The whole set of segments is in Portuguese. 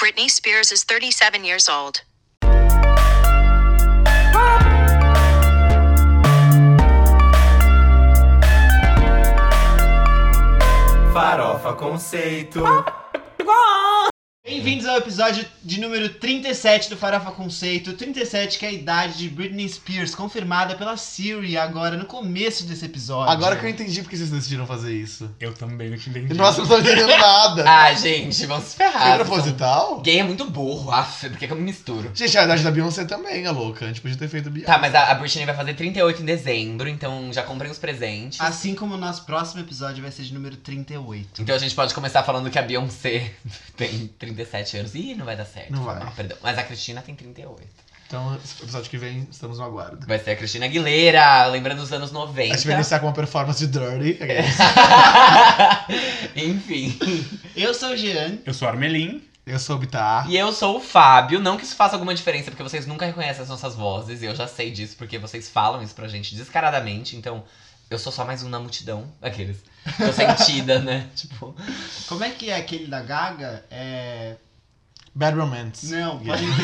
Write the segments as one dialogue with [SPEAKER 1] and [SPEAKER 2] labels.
[SPEAKER 1] Britney Spears is 37 years old.
[SPEAKER 2] Farofa Conceito.
[SPEAKER 3] Bem-vindos ao episódio de número 37 do Farofa Conceito. 37, que é a idade de Britney Spears, confirmada pela Siri agora no começo desse episódio.
[SPEAKER 4] Agora que eu entendi porque vocês decidiram fazer isso.
[SPEAKER 2] Eu também não entendi.
[SPEAKER 4] Nossa, eu não tô entendendo nada.
[SPEAKER 5] Ah, gente, vamos se ferrar.
[SPEAKER 4] Foi proposital?
[SPEAKER 5] Gay é muito burro, por que eu me misturo?
[SPEAKER 4] Gente, a idade da Beyoncé também é louca. A gente podia ter feito Beyoncé.
[SPEAKER 5] Tá, mas a Britney vai fazer 38 em dezembro, então já comprei os presentes.
[SPEAKER 3] Assim como o nosso próximo episódio vai ser de número 38.
[SPEAKER 5] Então a gente pode começar falando que a Beyoncé tem 37 anos. Ih, não vai dar certo.
[SPEAKER 4] Não vai.
[SPEAKER 5] Perdão. Mas a Cristina tem 38.
[SPEAKER 4] Então, esse episódio que vem, estamos no aguardo.
[SPEAKER 5] Vai ser a Cristina Aguilera, lembrando dos anos 90.
[SPEAKER 4] A gente vai iniciar com uma performance de Dirty.
[SPEAKER 5] Enfim.
[SPEAKER 3] Eu sou o Jean.
[SPEAKER 2] Eu sou Armelin.
[SPEAKER 4] Eu sou o Bitar.
[SPEAKER 5] E eu sou o Fábio. Não que isso faça alguma diferença, porque vocês nunca reconhecem as nossas vozes. E eu já sei disso, porque vocês falam isso pra gente descaradamente. Então, eu sou só mais um na multidão. Aqueles. Tô sentida, né? Tipo...
[SPEAKER 3] Como é que é aquele da Gaga?
[SPEAKER 4] Bad Romance.
[SPEAKER 3] Não,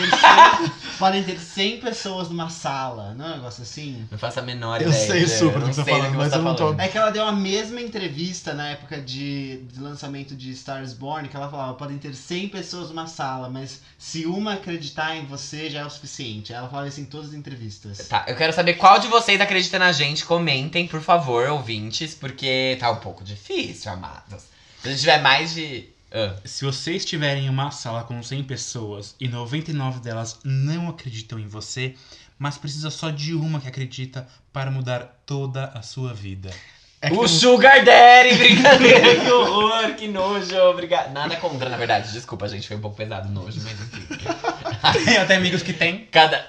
[SPEAKER 3] podem ter 100 pessoas numa sala, não é um negócio assim?
[SPEAKER 5] Não faço a menor
[SPEAKER 4] Eu
[SPEAKER 5] ideia.
[SPEAKER 4] sei super
[SPEAKER 5] eu
[SPEAKER 4] do que
[SPEAKER 5] não
[SPEAKER 4] você tá
[SPEAKER 5] sei do
[SPEAKER 4] falando,
[SPEAKER 5] que
[SPEAKER 4] mas
[SPEAKER 5] você
[SPEAKER 4] eu não tô-
[SPEAKER 5] falando.
[SPEAKER 3] É que ela deu a mesma entrevista na época de lançamento de Stars Born, que ela falava, podem ter 100 pessoas numa sala, mas se uma acreditar em você já é o suficiente. Ela falava isso em todas as entrevistas.
[SPEAKER 5] Tá, eu quero saber qual de vocês acredita na gente. Comentem, por favor, ouvintes, porque tá um pouco difícil, amados. Se a gente tiver mais de...
[SPEAKER 2] Se vocês estiverem em uma sala com 100 pessoas e 99 delas não acreditam em você, mas precisa só de uma que acredita para mudar toda a sua vida.
[SPEAKER 5] O Sugar Daddy, brincadeira, que horror, que nojo, obrigado. Nada contra, na verdade, desculpa, gente, foi um pouco pesado, nojo, mas enfim.
[SPEAKER 2] Tem até amigos que tem.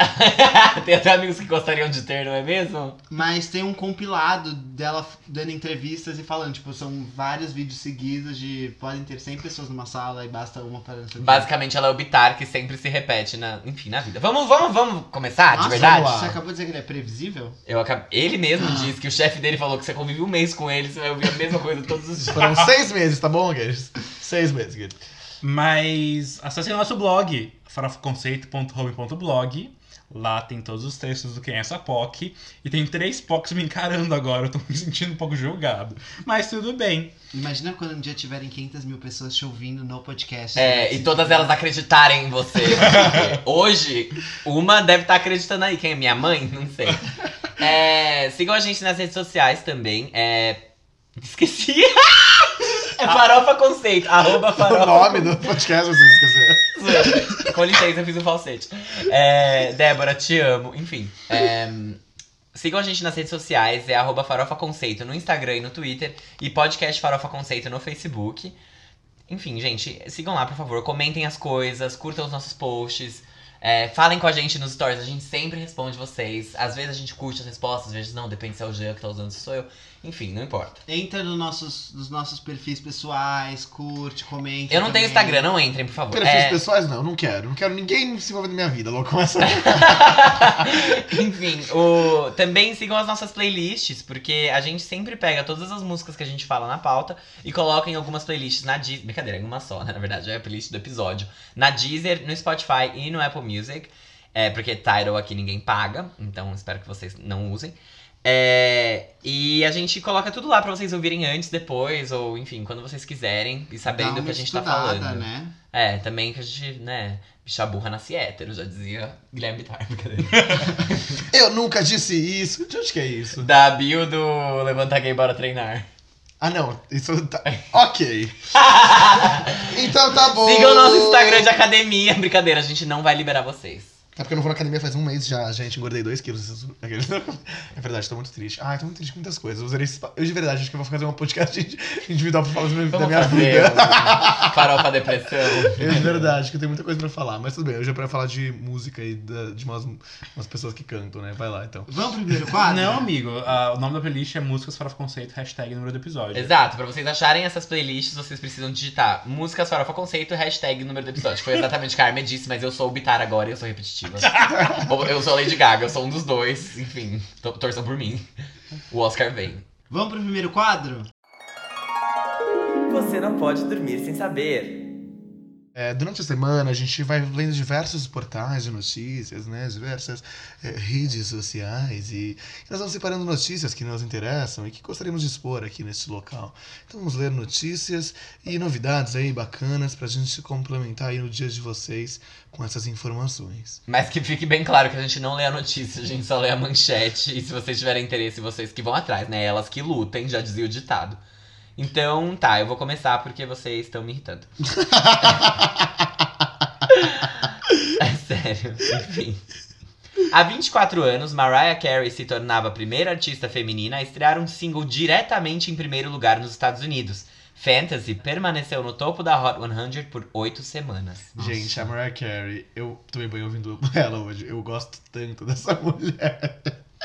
[SPEAKER 5] Tem até amigos que gostariam de ter, não é mesmo?
[SPEAKER 3] Mas tem um compilado dela dando entrevistas e falando, tipo, são vários vídeos seguidos de podem ter 100 pessoas numa sala e basta uma para não sei o quê.
[SPEAKER 5] Basicamente, ela é o Bitar que sempre se repete na vida. Vamos começar,
[SPEAKER 3] Nossa,
[SPEAKER 5] de verdade?
[SPEAKER 4] vamos lá.
[SPEAKER 3] Você acabou de dizer que ele é previsível?
[SPEAKER 5] Ele mesmo disse que o chefe dele falou que você convive um mês com ele, você vai ouvir a mesma coisa todos os dias.
[SPEAKER 4] Foram 6 meses, tá bom, guys? 6 meses, guys.
[SPEAKER 2] Mas acessem o nosso blog, farofaconceito.home.blog. Lá tem todos os textos do Quem é essa POC. E tem 3 POCs me encarando agora, eu tô me sentindo um pouco julgado. Mas tudo bem.
[SPEAKER 3] Imagina quando um dia tiverem 500 mil pessoas te ouvindo no podcast.
[SPEAKER 5] E todas elas acreditarem em você. Porque hoje, uma deve estar acreditando aí. Quem é minha mãe? Não sei. Sigam a gente nas redes sociais também. Esqueci. É Farofa Conceito. @Farofa.
[SPEAKER 4] O nome do podcast, você esqueceu.
[SPEAKER 5] Com licença, eu fiz um falsete. Débora, te amo. Enfim. Sigam a gente nas redes sociais. É @Farofa Conceito no Instagram e no Twitter. E podcast Farofa Conceito no Facebook. Enfim, gente, sigam lá, por favor. Comentem as coisas, curtam os nossos posts. Falem com a gente nos stories, a gente sempre responde vocês. Às vezes a gente curte as respostas, às vezes não, depende se é o Jean que tá usando, se sou eu. Enfim, não importa.
[SPEAKER 3] Entra nos nossos perfis pessoais, curte, comenta.
[SPEAKER 5] Eu não tenho
[SPEAKER 3] também.
[SPEAKER 5] Instagram, não entrem, por favor.
[SPEAKER 4] Perfis pessoais, não. Não quero ninguém se envolver na minha vida. Louco, começa.
[SPEAKER 5] Enfim, também sigam as nossas playlists, porque a gente sempre pega todas as músicas que a gente fala na pauta e coloca em algumas playlists na Deezer. Brincadeira, em uma só, né? Na verdade, é a playlist do episódio. Na Deezer, no Spotify e no Apple Music. Porque Tidal aqui ninguém paga, então espero que vocês não usem. E a gente coloca tudo lá pra vocês ouvirem antes, depois, ou enfim, quando vocês quiserem e saberem do que a gente tá falando.
[SPEAKER 3] Né?
[SPEAKER 5] Também que a gente, né, bicha burra nasce hétero, já dizia Guilherme Bittar, brincadeira.
[SPEAKER 4] Eu nunca disse isso. De onde que é isso?
[SPEAKER 5] Da bio do Levanta Gay Bora Treinar.
[SPEAKER 4] Ah, não. Isso tá... Ok. Então tá bom.
[SPEAKER 5] Sigam o nosso Instagram de academia. Brincadeira, a gente não vai liberar vocês.
[SPEAKER 4] É porque eu não vou na academia faz um mês já, gente, engordei 2 quilos. É verdade, tô muito triste. Tô muito triste com muitas coisas. Eu de verdade, acho que eu vou fazer um podcast individual pra falar da minha vida.
[SPEAKER 5] Farofa depressão.
[SPEAKER 4] Eu de verdade, que eu tenho muita coisa pra falar. Mas tudo bem, hoje é pra falar de música e de umas pessoas que cantam, né? Vai lá, então.
[SPEAKER 3] Vamos pro primeiro quadro?
[SPEAKER 2] Não, amigo. O nome da playlist é Músicas Farofa Conceito, hashtag número do episódio.
[SPEAKER 5] Exato, pra vocês acharem essas playlists, vocês precisam digitar Músicas Farofa Conceito, hashtag número do episódio. Foi exatamente o que a Armin disse, mas eu sou o Bitar agora e eu sou repetitiva. Eu sou a Lady Gaga, eu sou um dos dois. Enfim, torçam por mim. O Oscar vem.
[SPEAKER 3] Vamos pro primeiro quadro?
[SPEAKER 5] Você não pode dormir sem saber.
[SPEAKER 4] Durante a semana, a gente vai lendo diversos portais de notícias, né? Diversas redes sociais. E nós vamos separando notícias que nos interessam e que gostaríamos de expor aqui neste local. Então vamos ler notícias e novidades aí bacanas pra gente complementar aí no dia de vocês com essas informações.
[SPEAKER 5] Mas que fique bem claro que a gente não lê a notícia, a gente só lê a manchete. E se vocês tiverem interesse, vocês que vão atrás, né? Elas que lutem, já dizia o ditado. Então, tá, eu vou começar porque vocês estão me irritando. É sério, enfim. Há 24 anos, Mariah Carey se tornava a primeira artista feminina a estrear um single diretamente em primeiro lugar nos Estados Unidos. Fantasy permaneceu no topo da Hot 100 por 8 semanas.
[SPEAKER 4] Gente, a Mariah Carey, eu tomei banho ouvindo ela hoje. Eu gosto tanto dessa mulher.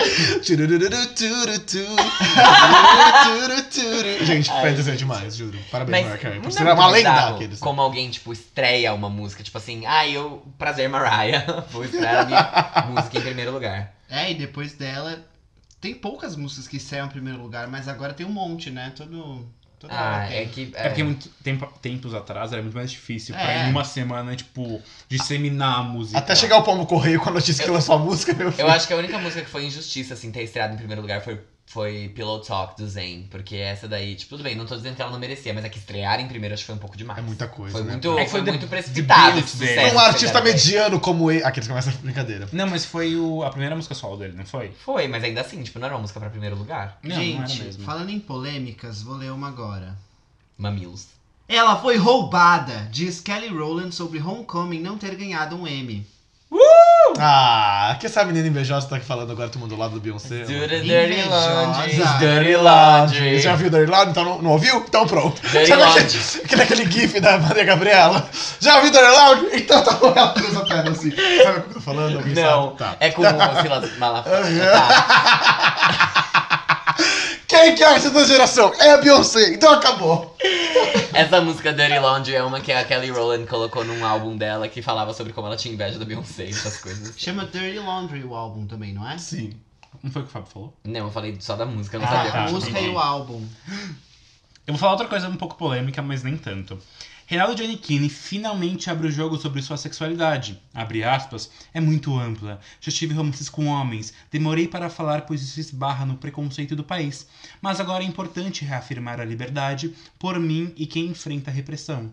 [SPEAKER 4] Gente, Fantasy é demais, juro. Parabéns, Mariah Carey. Por ser uma lenda aqueles.
[SPEAKER 5] Como alguém, tipo, estreia uma música, tipo assim, prazer, Mariah, vou estrear a minha música em primeiro lugar.
[SPEAKER 3] E depois dela, tem poucas músicas que estreiam em primeiro lugar, mas agora tem um monte, né? Toda hora tem.
[SPEAKER 2] É porque muito tempos atrás era muito mais difícil pra em uma semana, tipo, disseminar a música.
[SPEAKER 4] Até chegar o Pombo Correio com a notícia que lançou a música, meu filho.
[SPEAKER 5] Eu acho que a única música que foi injustiça, assim, ter estreado em primeiro lugar foi Pillow Talk, do Zayn. Porque essa daí, tipo, tudo bem, não tô dizendo que ela não merecia, mas é que estrear em primeiro acho que foi um pouco demais.
[SPEAKER 4] É muita coisa,
[SPEAKER 5] Foi
[SPEAKER 4] né?
[SPEAKER 5] muito,
[SPEAKER 2] The
[SPEAKER 5] muito precipitado
[SPEAKER 2] Beatles
[SPEAKER 5] esse
[SPEAKER 2] dele.
[SPEAKER 5] sucesso.
[SPEAKER 4] Um artista
[SPEAKER 5] que ele
[SPEAKER 4] mediano como ele. Aqueles começam a brincadeira.
[SPEAKER 2] Não, mas foi a primeira música solo dele, não foi?
[SPEAKER 5] Foi, mas ainda assim, tipo, não era uma música pra primeiro lugar.
[SPEAKER 2] Não, não era
[SPEAKER 3] Gente,
[SPEAKER 2] mesmo.
[SPEAKER 3] falando em polêmicas, vou ler uma agora.
[SPEAKER 5] Mamilos.
[SPEAKER 3] Ela foi roubada, diz Kelly Rowland sobre Homecoming não ter ganhado um Emmy.
[SPEAKER 4] Que essa menina invejosa tá aqui falando agora, tu mandou do lado do Beyoncé.
[SPEAKER 5] Do the dirty
[SPEAKER 3] Invejosa.
[SPEAKER 5] laundry, dirty laundry.
[SPEAKER 4] Você já viu Dirty Laundry? Então não ouviu? Então pronto.
[SPEAKER 5] Dirty
[SPEAKER 4] Sabe
[SPEAKER 5] Laundry.
[SPEAKER 4] aquele gif da Maria Gabriela? Já viu Dirty Laundry? Então tá com ela cruza a perna assim. Sabe o que eu tô falando? Alguém
[SPEAKER 5] Não,
[SPEAKER 4] sabe? Tá.
[SPEAKER 5] é com o Silas Malafaia. Tá.
[SPEAKER 4] Quem que é essa da geração? É a Beyoncé, então acabou.
[SPEAKER 5] Essa música Dirty Laundry é uma que a Kelly Rowland colocou num álbum dela que falava sobre como ela tinha inveja da Beyoncé e essas coisas.
[SPEAKER 3] Chama Dirty Laundry o álbum também, não é?
[SPEAKER 4] Sim.
[SPEAKER 2] Não foi o que o Fábio falou?
[SPEAKER 5] Não, eu falei só da música, eu não
[SPEAKER 2] Ah,
[SPEAKER 5] sabia
[SPEAKER 2] tá.
[SPEAKER 3] A
[SPEAKER 5] como
[SPEAKER 3] música
[SPEAKER 5] chamava.
[SPEAKER 3] e o álbum.
[SPEAKER 2] Eu vou falar outra coisa um pouco polêmica, mas nem tanto. Reinaldo Giannichini finalmente abre o jogo sobre sua sexualidade. Abre aspas, é muito ampla. Já tive romances com homens. Demorei para falar pois isso esbarra no preconceito do país. Mas agora é importante reafirmar a liberdade por mim e quem enfrenta a repressão.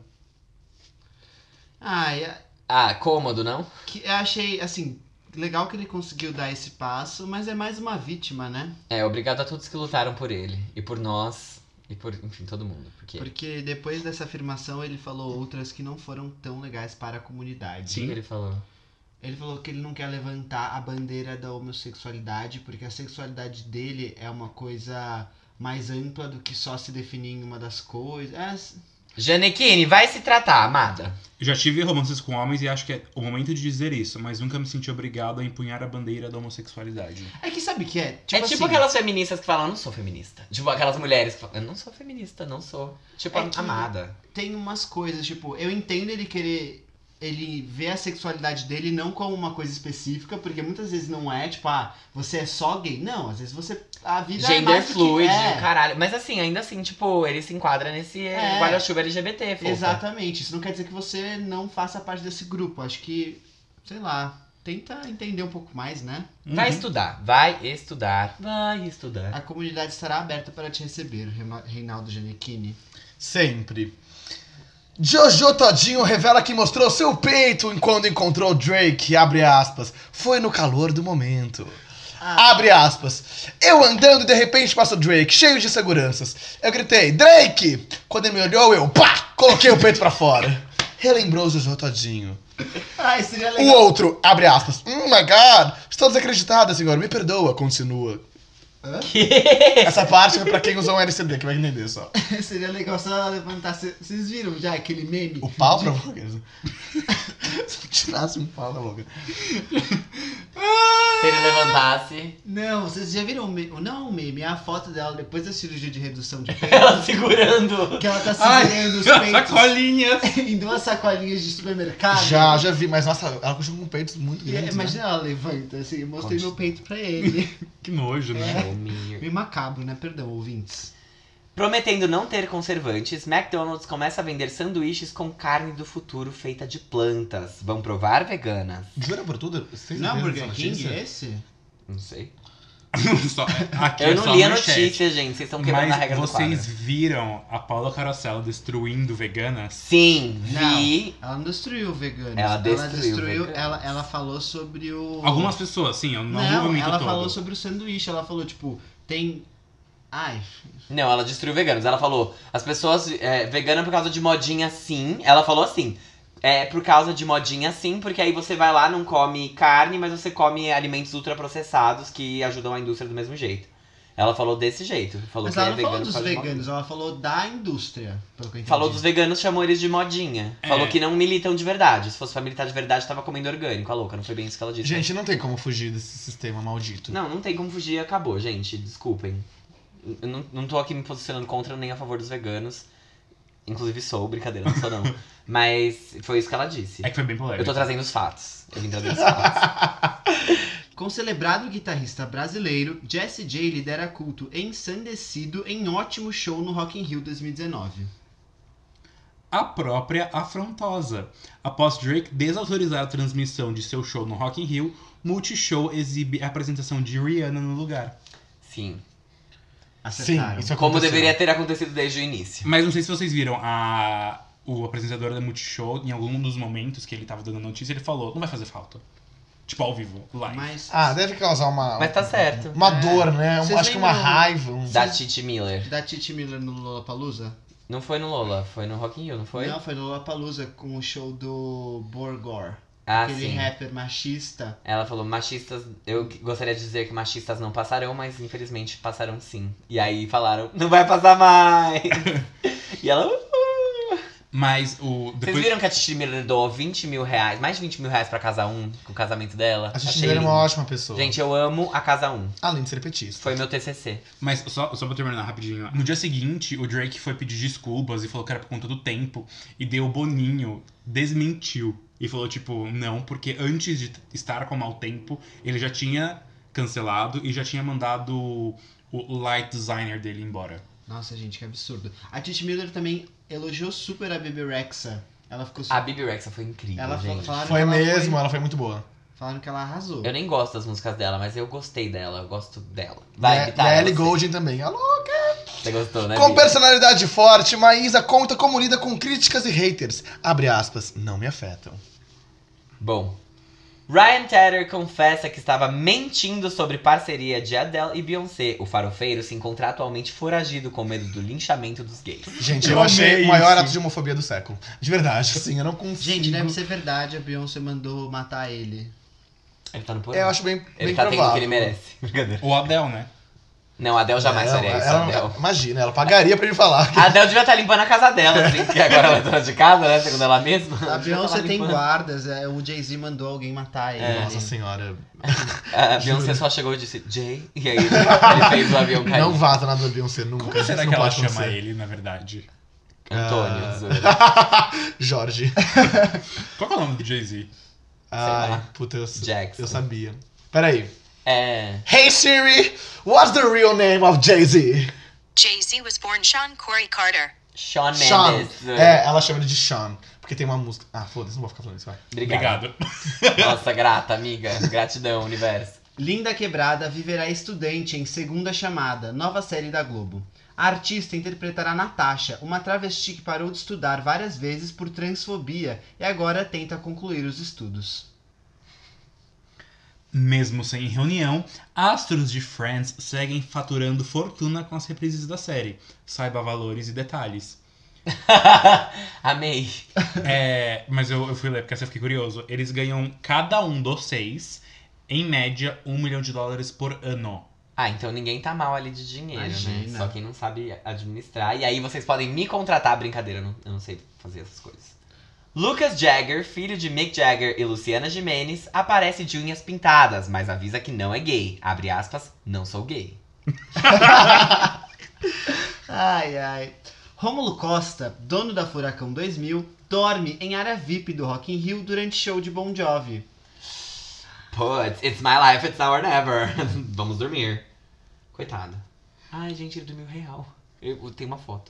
[SPEAKER 5] Cômodo, não?
[SPEAKER 3] Eu achei, assim, legal que ele conseguiu dar esse passo, mas é mais uma vítima, né?
[SPEAKER 5] Obrigado a todos que lutaram por ele. E por nós. E por, enfim, todo mundo.
[SPEAKER 3] Porque depois dessa afirmação ele falou outras que não foram tão legais para a comunidade.
[SPEAKER 5] O que ele falou?
[SPEAKER 3] Ele falou que ele não quer levantar a bandeira da homossexualidade, porque a sexualidade dele é uma coisa mais ampla do que só se definir em uma das coisas.
[SPEAKER 5] Giannichini, vai se tratar, amada.
[SPEAKER 2] Eu já tive romances com homens e acho que é o momento de dizer isso, mas nunca me senti obrigado a empunhar a bandeira da homossexualidade.
[SPEAKER 3] É que sabe o que é?
[SPEAKER 5] É tipo
[SPEAKER 3] assim,
[SPEAKER 5] aquelas feministas que falam, eu não sou feminista. Tipo aquelas mulheres que falam, eu não sou feminista, não sou. Tipo,
[SPEAKER 3] É que-
[SPEAKER 5] amada.
[SPEAKER 3] Tem umas coisas, tipo, eu entendo ele querer. Ele vê a sexualidade dele não como uma coisa específica, porque muitas vezes não é, tipo, você é só gay. Não, às vezes você. A vida é
[SPEAKER 5] Gender
[SPEAKER 3] mais do
[SPEAKER 5] fluid,
[SPEAKER 3] que,
[SPEAKER 5] caralho. Mas assim, ainda assim, tipo, ele se enquadra nesse guarda-chuva LGBT, fofa.
[SPEAKER 3] Exatamente. Isso não quer dizer que você não faça parte desse grupo. Acho que, sei lá, tenta entender um pouco mais, né?
[SPEAKER 5] Vai estudar, vai estudar, vai estudar.
[SPEAKER 3] A comunidade estará aberta para te receber, Reinaldo Giannichini.
[SPEAKER 4] Sempre. Jojo Todinho revela que mostrou seu peito quando encontrou Drake, abre aspas. Foi no calor do momento. Abre aspas. Eu andando e de repente passa o Drake, cheio de seguranças. Eu gritei, Drake! Quando ele me olhou, eu, pá! Coloquei o peito pra fora. Relembrou Jojo Todinho.
[SPEAKER 3] Ai, seria
[SPEAKER 4] O
[SPEAKER 3] legal.
[SPEAKER 4] outro, abre aspas. My God! Estou desacreditada, senhor. Me perdoa, continua. Essa parte é pra quem usou um LCD, que vai entender só.
[SPEAKER 3] Seria legal só levantar. Vocês viram já aquele meme?
[SPEAKER 4] O pau pra boca? Se eu tirasse um pau da boca.
[SPEAKER 5] Se ele levantasse,
[SPEAKER 3] Não, vocês já viram o meme? Não o meme, é a foto dela depois da cirurgia de redução de peito.
[SPEAKER 5] ela segurando.
[SPEAKER 3] Que ela tá segurando os peitos
[SPEAKER 2] sacolinhas!
[SPEAKER 3] em duas sacolinhas de supermercado.
[SPEAKER 4] Já vi, mas nossa, ela continua com peitos muito
[SPEAKER 3] E,
[SPEAKER 4] grandes. né?
[SPEAKER 3] imagina ela levanta assim, eu mostrei meu peito pra ele.
[SPEAKER 2] Que nojo, né?
[SPEAKER 5] Oh, meu.
[SPEAKER 3] Meio macabro, né? Perdão, ouvintes.
[SPEAKER 5] Prometendo não ter conservantes, McDonald's começa a vender sanduíches com carne do futuro feita de plantas. Vão provar, veganas?
[SPEAKER 4] Jura por tudo? Vocês
[SPEAKER 3] Não é
[SPEAKER 4] viram
[SPEAKER 3] Burger
[SPEAKER 4] essa
[SPEAKER 3] King
[SPEAKER 4] notícia?
[SPEAKER 5] assim?
[SPEAKER 3] esse?
[SPEAKER 5] Não sei.
[SPEAKER 2] Aqui
[SPEAKER 5] Eu
[SPEAKER 2] é
[SPEAKER 5] não
[SPEAKER 2] só
[SPEAKER 5] li a
[SPEAKER 2] manchete.
[SPEAKER 5] notícia, gente. Vocês estão quebrando a regra
[SPEAKER 2] Mas
[SPEAKER 5] do quadro.
[SPEAKER 2] vocês viram a Paula Carosella destruindo veganas?
[SPEAKER 5] Sim, vi.
[SPEAKER 3] Ela não destruiu veganos.
[SPEAKER 5] Ela destruiu veganos.
[SPEAKER 3] Ela falou sobre o...
[SPEAKER 2] Algumas pessoas, sim, eu não vou
[SPEAKER 3] Não,
[SPEAKER 2] mentir
[SPEAKER 3] ela
[SPEAKER 2] todo.
[SPEAKER 3] falou sobre o sanduíche. Ela falou, tipo, tem... Ai,
[SPEAKER 5] Não, ela destruiu veganos. Ela falou, as pessoas vegana por causa de modinha sim. Ela falou assim, por causa de modinha sim, porque aí você vai lá, não come carne, mas você come alimentos ultraprocessados que ajudam a indústria do mesmo jeito. Ela falou desse jeito. Falou
[SPEAKER 3] mas
[SPEAKER 5] que
[SPEAKER 3] ela
[SPEAKER 5] é
[SPEAKER 3] não
[SPEAKER 5] vegano
[SPEAKER 3] falou
[SPEAKER 5] por
[SPEAKER 3] dos
[SPEAKER 5] causa de
[SPEAKER 3] veganos, ela falou da indústria, pelo que eu entendi.
[SPEAKER 5] Falou dos veganos, chamou eles de modinha.
[SPEAKER 2] É.
[SPEAKER 5] Falou que não militam de verdade. Se fosse pra militar de verdade, tava comendo orgânico. A louca, não foi bem isso que ela disse.
[SPEAKER 4] Gente, não tem como fugir desse sistema maldito.
[SPEAKER 5] Não tem como fugir e acabou, gente. Desculpem. Eu não tô aqui me posicionando contra nem a favor dos veganos. Inclusive sou, brincadeira, não sou não. Mas foi isso que ela disse.
[SPEAKER 2] É que foi bem polêmico.
[SPEAKER 5] Eu tô trazendo os fatos. Eu vim trazer os fatos.
[SPEAKER 3] Com o celebrado guitarrista brasileiro, Jessie J lidera culto ensandecido em ótimo show no Rock in Rio 2019.
[SPEAKER 2] A própria Afrontosa. Após Drake desautorizar a transmissão de seu show no Rock in Rio, Multishow exibe a apresentação de Rihanna no lugar.
[SPEAKER 5] Sim.
[SPEAKER 3] Acertaram.
[SPEAKER 4] isso
[SPEAKER 5] Como
[SPEAKER 4] aconteceu.
[SPEAKER 5] deveria ter acontecido desde o início.
[SPEAKER 2] Mas não sei se vocês viram, o apresentador da Multishow, em algum dos momentos que ele tava dando a notícia, ele falou, não vai fazer falta. Tipo, ao vivo, live.
[SPEAKER 3] Mas
[SPEAKER 4] Ah, deve causar uma...
[SPEAKER 5] Mas tá certo.
[SPEAKER 4] Uma dor, né?
[SPEAKER 3] Vocês
[SPEAKER 4] Acho que uma
[SPEAKER 3] lembram
[SPEAKER 4] raiva.
[SPEAKER 5] Da Titi Miller.
[SPEAKER 3] da Titi Miller no Lollapalooza?
[SPEAKER 5] Não foi no Lola, foi no Rock in Rio, não foi?
[SPEAKER 3] Não, foi no Lollapalooza com o show do Borgor.
[SPEAKER 5] Ah,
[SPEAKER 3] Aquele
[SPEAKER 5] sim.
[SPEAKER 3] rapper machista.
[SPEAKER 5] Ela falou, machistas, eu gostaria de dizer que machistas não passarão, mas infelizmente passarão sim. E aí falaram, não vai passar mais. E ela,
[SPEAKER 2] Mas
[SPEAKER 5] Vocês
[SPEAKER 2] depois
[SPEAKER 5] viram que a Titi Miller doou 20 mil reais, mais de 20 mil reais pra Casa 1, com o casamento dela?
[SPEAKER 4] A gente
[SPEAKER 5] Achei
[SPEAKER 4] é uma
[SPEAKER 5] lindo.
[SPEAKER 4] ótima pessoa.
[SPEAKER 5] Gente, eu amo a Casa 1.
[SPEAKER 4] Além de ser petista.
[SPEAKER 5] Foi meu TCC.
[SPEAKER 2] Mas só pra terminar rapidinho. No dia seguinte, o Drake foi pedir desculpas e falou que era por conta do tempo. E deu o Boninho, desmentiu. E falou, tipo, não, porque antes de estar com mau tempo, ele já tinha cancelado e já tinha mandado o light designer dele embora.
[SPEAKER 3] Nossa, gente, que absurdo. A Titi Miller também elogiou super a Bebe Rexha. Ela ficou
[SPEAKER 5] A Bibi Rexha foi incrível,
[SPEAKER 3] Ela
[SPEAKER 5] gente.
[SPEAKER 3] falaram
[SPEAKER 4] Foi
[SPEAKER 3] que ela
[SPEAKER 4] mesmo, ela foi muito boa.
[SPEAKER 3] Falaram que ela arrasou.
[SPEAKER 5] Eu nem gosto das músicas dela, mas eu gostei dela, eu gosto dela.
[SPEAKER 4] E
[SPEAKER 5] Vai,
[SPEAKER 4] a
[SPEAKER 5] Vitória,
[SPEAKER 4] Ellie
[SPEAKER 5] você.
[SPEAKER 4] Goulding também. Alô?
[SPEAKER 5] Você gostou, né,
[SPEAKER 4] Com
[SPEAKER 5] Bi?
[SPEAKER 4] personalidade forte, Maísa conta como lida com críticas e haters. Abre aspas, não me afetam.
[SPEAKER 5] Bom, Ryan Tedder confessa que estava mentindo sobre parceria de Adele e Beyoncé. O farofeiro se encontra atualmente foragido com medo do linchamento dos gays.
[SPEAKER 4] Gente,
[SPEAKER 2] Eu
[SPEAKER 4] eu achei
[SPEAKER 2] amei
[SPEAKER 4] o maior
[SPEAKER 2] isso.
[SPEAKER 4] ato de homofobia do século. De verdade, assim, eu não consigo.
[SPEAKER 3] Gente, deve ser verdade, a Beyoncé mandou matar ele.
[SPEAKER 5] Ele tá no porão.
[SPEAKER 4] Eu acho bem,
[SPEAKER 5] Ele
[SPEAKER 4] bem
[SPEAKER 5] tá tendo o
[SPEAKER 4] provável.
[SPEAKER 5] que ele merece. Brincadeira.
[SPEAKER 2] O Adele, né?
[SPEAKER 5] Não, a Adele jamais
[SPEAKER 4] Ela-
[SPEAKER 5] faria isso,
[SPEAKER 4] ela-
[SPEAKER 5] Adele.
[SPEAKER 4] Imagina, ela pagaria pra ele falar.
[SPEAKER 5] A Adele devia estar limpando a casa dela, assim, porque agora ela é dona de casa, né? Segundo ela mesma.
[SPEAKER 3] A
[SPEAKER 5] Ela devia
[SPEAKER 3] Beyoncé
[SPEAKER 5] estar
[SPEAKER 3] tem
[SPEAKER 5] limpando.
[SPEAKER 3] guardas, o Jay-Z mandou alguém matar ele.
[SPEAKER 4] Nossa senhora.
[SPEAKER 5] A Beyoncé só chegou e disse, Jay, e aí ele fez o avião cair.
[SPEAKER 4] Não vaza nada da Beyoncé nunca.
[SPEAKER 2] Como será
[SPEAKER 4] Isso
[SPEAKER 2] que
[SPEAKER 4] não
[SPEAKER 2] ela
[SPEAKER 4] pode
[SPEAKER 2] chama
[SPEAKER 4] acontecer.
[SPEAKER 2] ele, na verdade?
[SPEAKER 5] Antônio, zoeira.
[SPEAKER 4] Jorge.
[SPEAKER 2] Qual que é o nome do Jay-Z?
[SPEAKER 4] Ai,
[SPEAKER 5] lá.
[SPEAKER 4] puta,
[SPEAKER 5] Jackson.
[SPEAKER 4] eu sabia. Peraí.
[SPEAKER 5] É.
[SPEAKER 4] Hey Siri, what's the real name of Jay-Z?
[SPEAKER 1] Jay-Z was born Sean Corey Carter.
[SPEAKER 5] Shawn
[SPEAKER 4] Sean.
[SPEAKER 5] Mendes.
[SPEAKER 4] É, ela chama ele de Sean. Porque tem uma música. Ah, foda-se, não vou ficar falando isso, vai.
[SPEAKER 5] Obrigado.
[SPEAKER 2] Obrigado.
[SPEAKER 5] Nossa, grata, amiga. Gratidão, universo.
[SPEAKER 3] Linda Quebrada viverá estudante em Segunda Chamada, nova série da Globo. A artista interpretará Natasha, uma travesti que parou de estudar várias vezes por transfobia e agora tenta concluir os estudos.
[SPEAKER 2] Mesmo sem reunião, astros de Friends seguem faturando fortuna com as reprises da série. Saiba valores e detalhes.
[SPEAKER 5] Amei.
[SPEAKER 2] Mas eu fui ler porque essa eu fiquei curioso. Eles ganham, cada um dos 6, em média, $1 milhão por ano.
[SPEAKER 5] Ah, então ninguém tá mal ali de dinheiro, né?
[SPEAKER 3] Imagina.
[SPEAKER 5] Só quem não sabe administrar. E aí vocês podem me contratar, brincadeira, eu não sei fazer essas coisas. Lucas Jagger, filho de Mick Jagger e Luciana Gimenez, aparece de unhas pintadas, mas avisa que não é gay. Abre aspas, não sou gay.
[SPEAKER 3] Ai, ai. Rômulo Costa, dono da Furacão 2000, dorme em área VIP do Rock in Rio durante show de Bon Jovi.
[SPEAKER 5] Putz, it's my life, it's now or never. Vamos dormir. Coitado. Ai, gente, ele dormiu real. Eu tenho uma foto.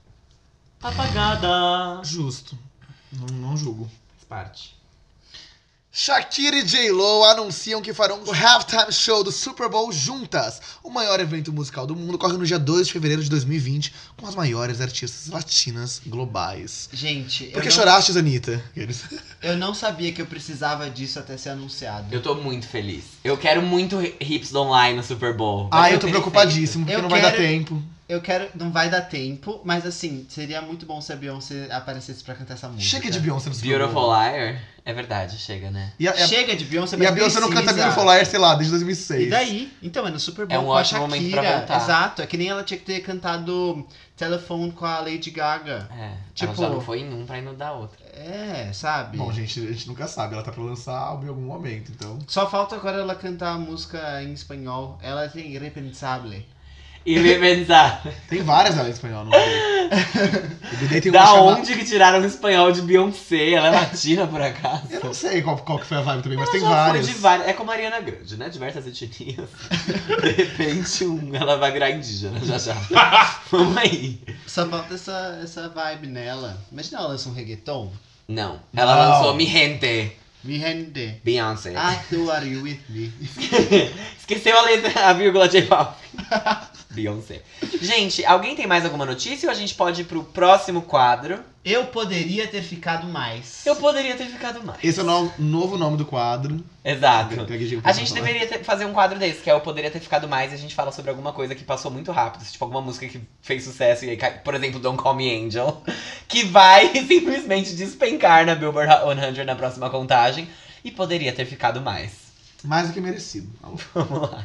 [SPEAKER 5] Apagada.
[SPEAKER 4] Justo. Não julgo.
[SPEAKER 5] Faz parte.
[SPEAKER 4] Shakira e J-Lo anunciam que farão o halftime show do Super Bowl juntas. O maior evento musical do mundo corre no dia 2 de fevereiro de 2020 com as maiores artistas latinas globais.
[SPEAKER 3] Gente,
[SPEAKER 4] Por que choraste, Anitta?
[SPEAKER 3] eu não sabia que eu precisava disso até ser anunciado.
[SPEAKER 5] Eu tô muito feliz. Eu quero muito Hips Online no Super Bowl.
[SPEAKER 4] Ah,
[SPEAKER 5] Vai ser
[SPEAKER 4] eu tô
[SPEAKER 5] perfeito.
[SPEAKER 4] preocupadíssimo, porque
[SPEAKER 3] Eu
[SPEAKER 4] não vai dar
[SPEAKER 3] quero-
[SPEAKER 4] tempo.
[SPEAKER 3] Eu quero. Não vai dar tempo, mas assim, seria muito bom se a Beyoncé aparecesse pra cantar essa música.
[SPEAKER 4] Chega de Beyoncé no Super
[SPEAKER 5] Beautiful
[SPEAKER 4] Bowl.
[SPEAKER 5] Liar? É verdade, chega, né?
[SPEAKER 4] E a,
[SPEAKER 3] Chega de Beyoncé,
[SPEAKER 4] e
[SPEAKER 3] mas
[SPEAKER 4] a Beyoncé não canta
[SPEAKER 3] precisa.
[SPEAKER 4] Beautiful Liar, sei lá, desde 2006.
[SPEAKER 3] E daí? Então, é no Super Bowl
[SPEAKER 5] É um
[SPEAKER 3] com a
[SPEAKER 5] ótimo
[SPEAKER 3] Shakira.
[SPEAKER 5] momento pra voltar.
[SPEAKER 3] Exato, é que nem ela tinha que ter cantado Telephone com a Lady Gaga.
[SPEAKER 5] É,
[SPEAKER 3] Tipo-
[SPEAKER 5] ela já não foi em um pra ir no da outra.
[SPEAKER 3] É, sabe?
[SPEAKER 4] Bom, gente, a gente nunca sabe. Ela tá pra lançar álbum em algum momento, então...
[SPEAKER 3] Só falta agora ela cantar a música em espanhol. Ela tem Irrepensable.
[SPEAKER 5] E pensar,
[SPEAKER 4] Tem várias dela em espanhol, não sei. E daí tem uma
[SPEAKER 5] da
[SPEAKER 4] chamada-
[SPEAKER 5] onde que tiraram o espanhol de Beyoncé? Ela é latina, por acaso?
[SPEAKER 4] Eu não sei qual que foi a vibe também, mas
[SPEAKER 5] Ela
[SPEAKER 4] tem
[SPEAKER 5] já
[SPEAKER 4] várias.
[SPEAKER 5] Foi de várias. É como a Ariana Grande, né? Diversas etnias. De repente, ela vai virar indígena já já. Vamos aí.
[SPEAKER 3] Só falta essa vibe nela. Imagina ela lança um reggaeton.
[SPEAKER 5] Não. Ela
[SPEAKER 4] Não.
[SPEAKER 5] lançou Mi Gente.
[SPEAKER 3] Me rende.
[SPEAKER 5] Beyoncé.
[SPEAKER 3] Do are you with me?
[SPEAKER 5] Esqueceu a letra, a vírgula de Balvin. Beyoncé. Gente, alguém tem mais alguma notícia ou a gente pode ir pro próximo quadro?
[SPEAKER 3] Eu poderia ter ficado mais.
[SPEAKER 5] Eu poderia ter ficado mais.
[SPEAKER 4] Esse é o novo nome do quadro.
[SPEAKER 5] Exato.
[SPEAKER 4] Gaguejei um
[SPEAKER 5] A
[SPEAKER 4] pouco
[SPEAKER 5] gente
[SPEAKER 4] pra falar.
[SPEAKER 5] deveria fazer um quadro desse, que é o Poderia Ter Ficado Mais, e a gente fala sobre alguma coisa que passou muito rápido. Tipo, alguma música que fez sucesso, e aí, por exemplo, Don't Call Me Angel, que vai simplesmente despencar na Billboard 100 na próxima contagem, e poderia ter ficado mais.
[SPEAKER 4] Mais do que merecido.
[SPEAKER 5] Vamos lá.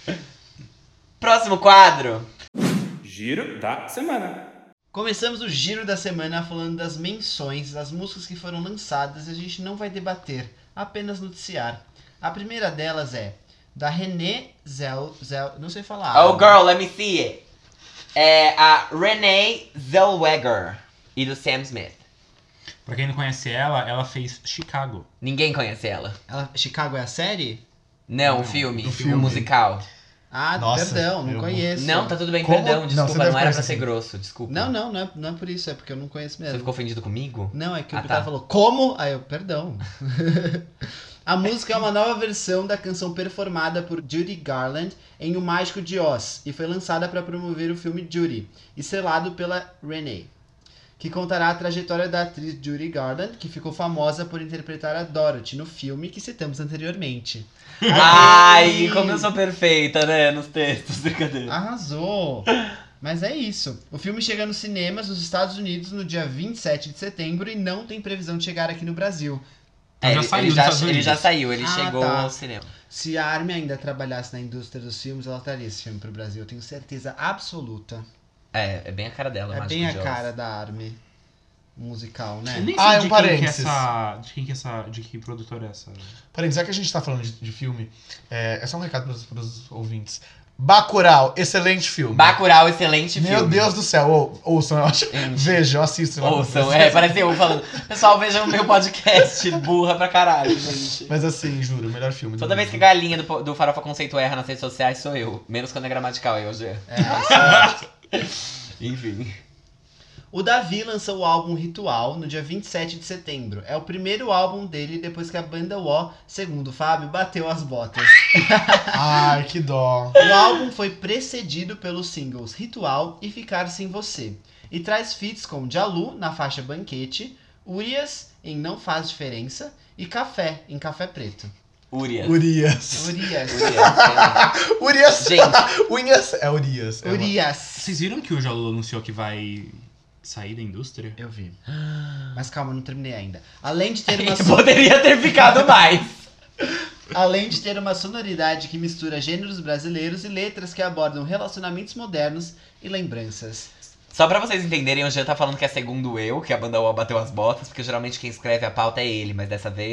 [SPEAKER 5] Próximo quadro.
[SPEAKER 6] Giro da semana.
[SPEAKER 3] Começamos o giro da semana falando das menções, das músicas que foram lançadas e a gente não vai debater, apenas noticiar. A primeira delas é da Renée não sei falar.
[SPEAKER 5] Oh, girl, let me see it. É a Renee Zellweger e do Sam Smith.
[SPEAKER 2] Pra quem não conhece ela, ela fez Chicago.
[SPEAKER 5] Ninguém conhece ela.
[SPEAKER 3] Chicago é a série?
[SPEAKER 5] Não, o filme,
[SPEAKER 4] do filme.
[SPEAKER 5] o musical.
[SPEAKER 3] Ah,
[SPEAKER 4] Nossa,
[SPEAKER 3] perdão, não
[SPEAKER 4] eu-
[SPEAKER 3] conheço.
[SPEAKER 5] Não, tá tudo bem,
[SPEAKER 4] Como?
[SPEAKER 5] perdão,
[SPEAKER 4] Não,
[SPEAKER 5] desculpa,
[SPEAKER 4] você
[SPEAKER 5] não,
[SPEAKER 4] deve
[SPEAKER 5] era pra
[SPEAKER 4] conhecer
[SPEAKER 5] ser
[SPEAKER 4] sim.
[SPEAKER 5] grosso, desculpa.
[SPEAKER 3] Não é por isso, é porque eu não conheço mesmo.
[SPEAKER 5] Você ficou ofendido comigo?
[SPEAKER 3] Não, é que o
[SPEAKER 5] Ah,
[SPEAKER 3] cara
[SPEAKER 5] tá.
[SPEAKER 3] falou, como? Aí eu, perdão. A música é uma nova versão da canção performada por Judy Garland em O Mágico de Oz e foi lançada para promover o filme Judy, estrelado pela Renée, que contará a trajetória da atriz Judy Garland, que ficou famosa por interpretar a Dorothy no filme que citamos anteriormente.
[SPEAKER 5] Ai,
[SPEAKER 3] Ai.
[SPEAKER 5] como eu sou perfeita, né, nos textos, brincadeira.
[SPEAKER 3] Arrasou! Mas é isso. O filme chega nos cinemas nos Estados Unidos no dia 27 de setembro e não tem previsão de chegar aqui no Brasil.
[SPEAKER 2] Então já
[SPEAKER 5] ele,
[SPEAKER 2] saiu
[SPEAKER 5] ele
[SPEAKER 2] dos
[SPEAKER 5] já,
[SPEAKER 2] Estados
[SPEAKER 5] ele
[SPEAKER 2] Unidos.
[SPEAKER 5] já saiu, ele
[SPEAKER 3] Ah,
[SPEAKER 5] chegou
[SPEAKER 3] tá.
[SPEAKER 5] ao cinema.
[SPEAKER 3] Se a Armin ainda trabalhasse na indústria dos filmes, ela traria esse filme pro Brasil. Eu tenho certeza absoluta.
[SPEAKER 5] É bem a cara dela,
[SPEAKER 3] É
[SPEAKER 5] Mágico
[SPEAKER 3] bem a
[SPEAKER 5] de Oz.
[SPEAKER 3] cara da Armin. Musical,
[SPEAKER 2] Eu
[SPEAKER 3] né?
[SPEAKER 2] nem sei
[SPEAKER 4] Ah,
[SPEAKER 2] de
[SPEAKER 4] um
[SPEAKER 2] quem que é
[SPEAKER 4] parênteses.
[SPEAKER 2] de que produtora é essa.
[SPEAKER 4] Parênteses, já que a gente tá falando de filme, é só um recado pros ouvintes. Bacurau, excelente filme.
[SPEAKER 5] Bacurau, excelente
[SPEAKER 4] Meu
[SPEAKER 5] filme.
[SPEAKER 4] Deus do céu, ouçam, eu acho. Vejam, assistam.
[SPEAKER 5] Ouçam, parece eu falando. Pessoal, vejam o meu podcast, burra pra caralho, gente.
[SPEAKER 4] Mas assim, juro, o melhor filme. do
[SPEAKER 5] Toda vez que a
[SPEAKER 4] mundo.
[SPEAKER 5] galinha do Farofa Conceito erra nas redes sociais, sou eu. Menos quando é gramatical, eu, Gê. Enfim.
[SPEAKER 3] O Davi lançou o álbum Ritual no dia 27 de setembro. É o primeiro álbum dele depois que a banda O, segundo o Fábio, bateu as botas.
[SPEAKER 4] Ai, que dó.
[SPEAKER 3] O álbum foi precedido pelos singles Ritual e Ficar Sem Você. E traz feats com Jalu, na faixa Banquete, Urias, em Não Faz Diferença, e Café, em Café Preto.
[SPEAKER 5] Urias.
[SPEAKER 4] Urias.
[SPEAKER 3] Urias.
[SPEAKER 4] Urias.
[SPEAKER 5] Gente.
[SPEAKER 4] Unhas. É Urias.
[SPEAKER 3] Urias.
[SPEAKER 2] Vocês viram que o Jalu anunciou que vai sair da indústria?
[SPEAKER 3] Eu vi. Mas calma, eu não terminei ainda. Além de ter uma
[SPEAKER 5] Poderia ter ficado mais.
[SPEAKER 3] Além de ter uma sonoridade que mistura gêneros brasileiros e letras que abordam relacionamentos modernos e lembranças.
[SPEAKER 5] Só pra vocês entenderem, o Jean tá falando que é segundo eu, que a banda O bateu as botas, porque geralmente quem escreve a pauta é ele, mas dessa vez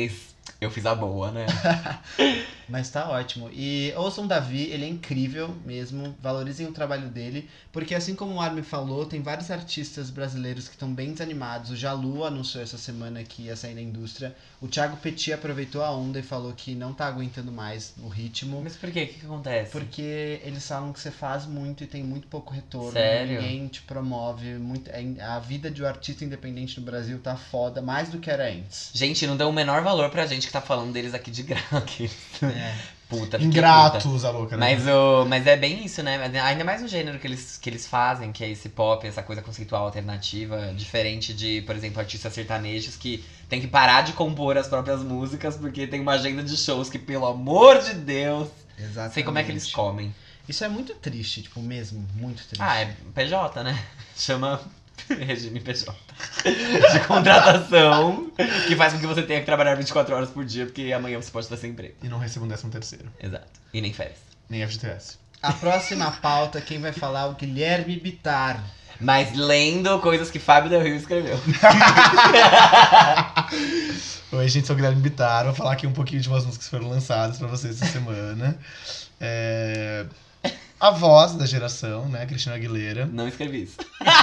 [SPEAKER 5] Eu fiz a boa, né?
[SPEAKER 3] Mas tá ótimo. E ouçam o Davi, ele é incrível mesmo. Valorizem o trabalho dele. Porque assim como o Armin falou, tem vários artistas brasileiros que estão bem desanimados. O Jalu anunciou essa semana que ia sair da indústria. O Thiago Petit aproveitou a onda e falou que não tá aguentando mais o ritmo.
[SPEAKER 5] Mas por quê? O que acontece?
[SPEAKER 3] Porque eles falam que você faz muito e tem muito pouco retorno.
[SPEAKER 5] Sério?
[SPEAKER 3] Ninguém te promove. A vida de um artista independente no Brasil tá foda, mais do que era antes.
[SPEAKER 5] Gente, não deu o menor valor pra gente que tá falando deles aqui de graça. Puta, fiquei puta.
[SPEAKER 4] Ingratos, a louca, né?
[SPEAKER 5] Mas é bem isso, né? Ainda mais o gênero que eles fazem, que é esse pop, essa coisa conceitual alternativa, diferente de, por exemplo, artistas sertanejos que tem que parar de compor as próprias músicas porque tem uma agenda de shows que, pelo amor de Deus,
[SPEAKER 3] Exatamente.
[SPEAKER 5] sei como é que eles comem.
[SPEAKER 3] Isso é muito triste, tipo, mesmo, muito triste.
[SPEAKER 5] Ah, é PJ, né? Chama regime PJ. De contratação, que faz com que você tenha que trabalhar 24 horas por dia, porque amanhã você pode estar sem emprego.
[SPEAKER 4] E não recebo um 13º.
[SPEAKER 5] Exato. E nem férias.
[SPEAKER 4] Nem FGTS.
[SPEAKER 3] A próxima pauta, quem vai falar é o Guilherme Bittar.
[SPEAKER 5] Mas lendo coisas que Fábio Del Rio escreveu.
[SPEAKER 4] Oi, gente, sou o Guilherme Bittar. Vou falar aqui um pouquinho de umas músicas que foram lançadas pra vocês essa semana. A voz da geração, né? Cristina Aguilera.
[SPEAKER 5] Não escrevi isso.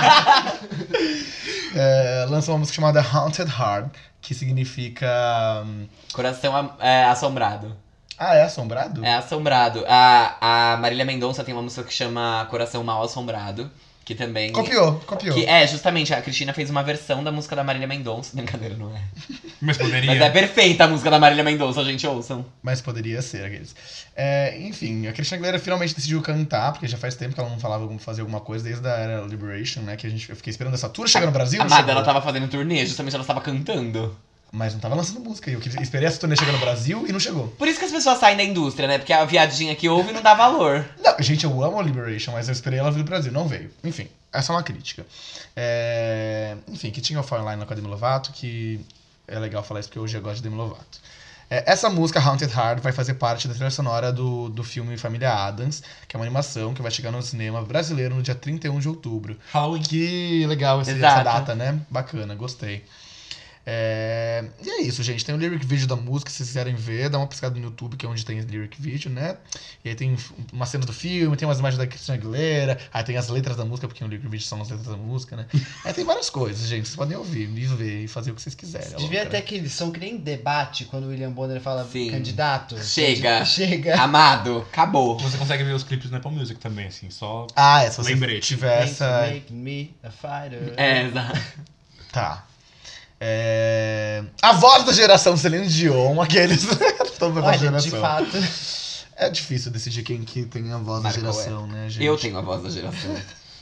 [SPEAKER 4] Lançou uma música chamada Haunted Heart, que significa...
[SPEAKER 5] Coração assombrado.
[SPEAKER 4] Ah, é assombrado?
[SPEAKER 5] É assombrado. A Marília Mendonça tem uma música que chama Coração Mal Assombrado. Que também...
[SPEAKER 4] Copiou.
[SPEAKER 5] Que justamente, a Cristina fez uma versão da música da Marília Mendonça. Brincadeira, não é?
[SPEAKER 2] Mas poderia.
[SPEAKER 5] Mas é perfeita a música da Marília Mendonça, gente, ouçam.
[SPEAKER 4] Mas poderia ser aqueles. Enfim, a Cristina Aguilera finalmente decidiu cantar, porque já faz tempo que ela não falava fazer alguma coisa, desde a era Liberation, né? Que eu fiquei esperando essa tour chegar no Brasil. não
[SPEAKER 5] Amada,
[SPEAKER 4] chegou.
[SPEAKER 5] ela tava fazendo turnê, justamente ela estava cantando.
[SPEAKER 4] Mas não tava lançando música. Eu esperei essa turnê chegar no Brasil e não chegou.
[SPEAKER 5] Por isso que as pessoas saem da indústria, né? Porque a viadinha que ouve não dá valor.
[SPEAKER 4] Não, gente, eu amo a Liberation, mas eu esperei ela vir do Brasil, não veio. Enfim, essa é uma crítica. Enfim, que tinha o Fire Line com a Demi Lovato, que é legal falar isso porque hoje eu gosto de Demi Lovato. Essa música, Haunted Heart, vai fazer parte da trilha sonora do filme Família Addams, que é uma animação que vai chegar no cinema brasileiro no dia 31 de outubro.
[SPEAKER 2] Halloween.
[SPEAKER 4] Que legal essa
[SPEAKER 5] Exato.
[SPEAKER 4] data, né? Bacana, gostei. E é isso, gente. Tem o lyric video da música, se vocês quiserem ver, dá uma pescada no YouTube, que é onde tem lyric video, né? E aí tem uma cena do filme, tem umas imagens da Cristina Aguilera, aí tem as letras da música, porque o lyric video são as letras da música, né? Aí tem várias coisas, gente. Vocês podem ouvir, ver e fazer o que vocês quiserem.
[SPEAKER 3] Devia ter aquele som que nem debate, quando o William Bonner fala
[SPEAKER 5] Sim.
[SPEAKER 3] candidato.
[SPEAKER 5] Chega.
[SPEAKER 3] Chega.
[SPEAKER 5] Amado, acabou.
[SPEAKER 2] Você consegue ver os clipes no Apple Music também, assim, só...
[SPEAKER 4] Se você
[SPEAKER 2] Lembrete.
[SPEAKER 4] tiver essa...
[SPEAKER 3] Make me a fighter.
[SPEAKER 5] Exato.
[SPEAKER 4] Tá. A voz da geração Celine Dion, aqueles... Toda a
[SPEAKER 3] Olha,
[SPEAKER 4] geração.
[SPEAKER 3] de fato.
[SPEAKER 4] É difícil decidir quem que tem a voz
[SPEAKER 5] Marco
[SPEAKER 4] da geração, né, gente?
[SPEAKER 5] Eu tenho a voz da geração.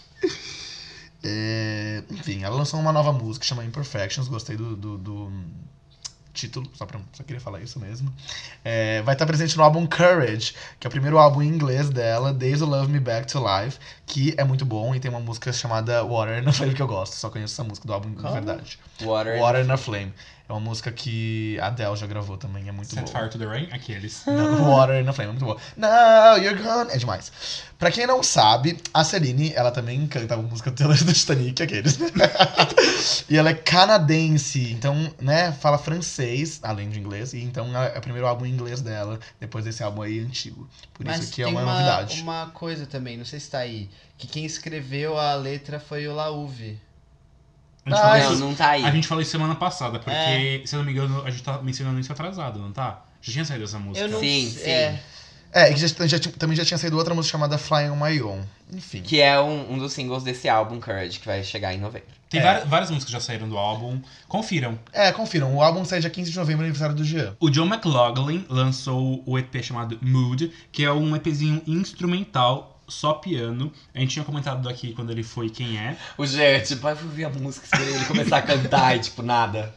[SPEAKER 4] Enfim, ela lançou uma nova música chamada Imperfections. Gostei do título, só queria falar isso mesmo. Vai estar presente no álbum Courage, que é o primeiro álbum em inglês dela, desde o Love Me Back to Life, que é muito bom, e tem uma música chamada Water in a Flame que eu gosto, só conheço essa música do álbum de verdade. Water in a Flame. É uma música que a Adele já gravou também, é muito
[SPEAKER 2] Set
[SPEAKER 4] boa.
[SPEAKER 2] Fire to the Rain, aqueles.
[SPEAKER 4] Water in a Flame, é muito boa. Now you're gone. É demais. Pra quem não sabe, a Celine, ela também canta a música do Titanic, aqueles. E ela é canadense, então, né, fala francês, além de inglês, e então é o primeiro álbum em inglês dela, depois desse álbum aí antigo. Por
[SPEAKER 3] Mas
[SPEAKER 4] isso que é
[SPEAKER 3] tem
[SPEAKER 4] uma novidade.
[SPEAKER 3] uma coisa também, não sei se tá aí, que quem escreveu a letra foi o Lauve.
[SPEAKER 5] Não tá aí.
[SPEAKER 2] A gente falou isso semana passada, porque, se eu não me engano, a gente tá mencionando isso atrasado, não tá? Já tinha saído essa música.
[SPEAKER 3] Eu não
[SPEAKER 5] Sim,
[SPEAKER 3] sei.
[SPEAKER 4] E que também já tinha saído outra música chamada Flying on My Own. Enfim.
[SPEAKER 5] Que é um dos singles desse álbum, Courage, que vai chegar em novembro.
[SPEAKER 2] Tem várias músicas que já saíram do álbum. Confiram.
[SPEAKER 4] Confiram. O álbum sai dia 15 de novembro, aniversário do Jean.
[SPEAKER 2] O John McLaughlin lançou o EP chamado Mood, que é um EPzinho instrumental, só piano. A gente tinha comentado aqui quando ele foi Quem É.
[SPEAKER 5] O Jean, tipo, eu fui ouvir a música, esperei ele começar a cantar e, tipo, nada.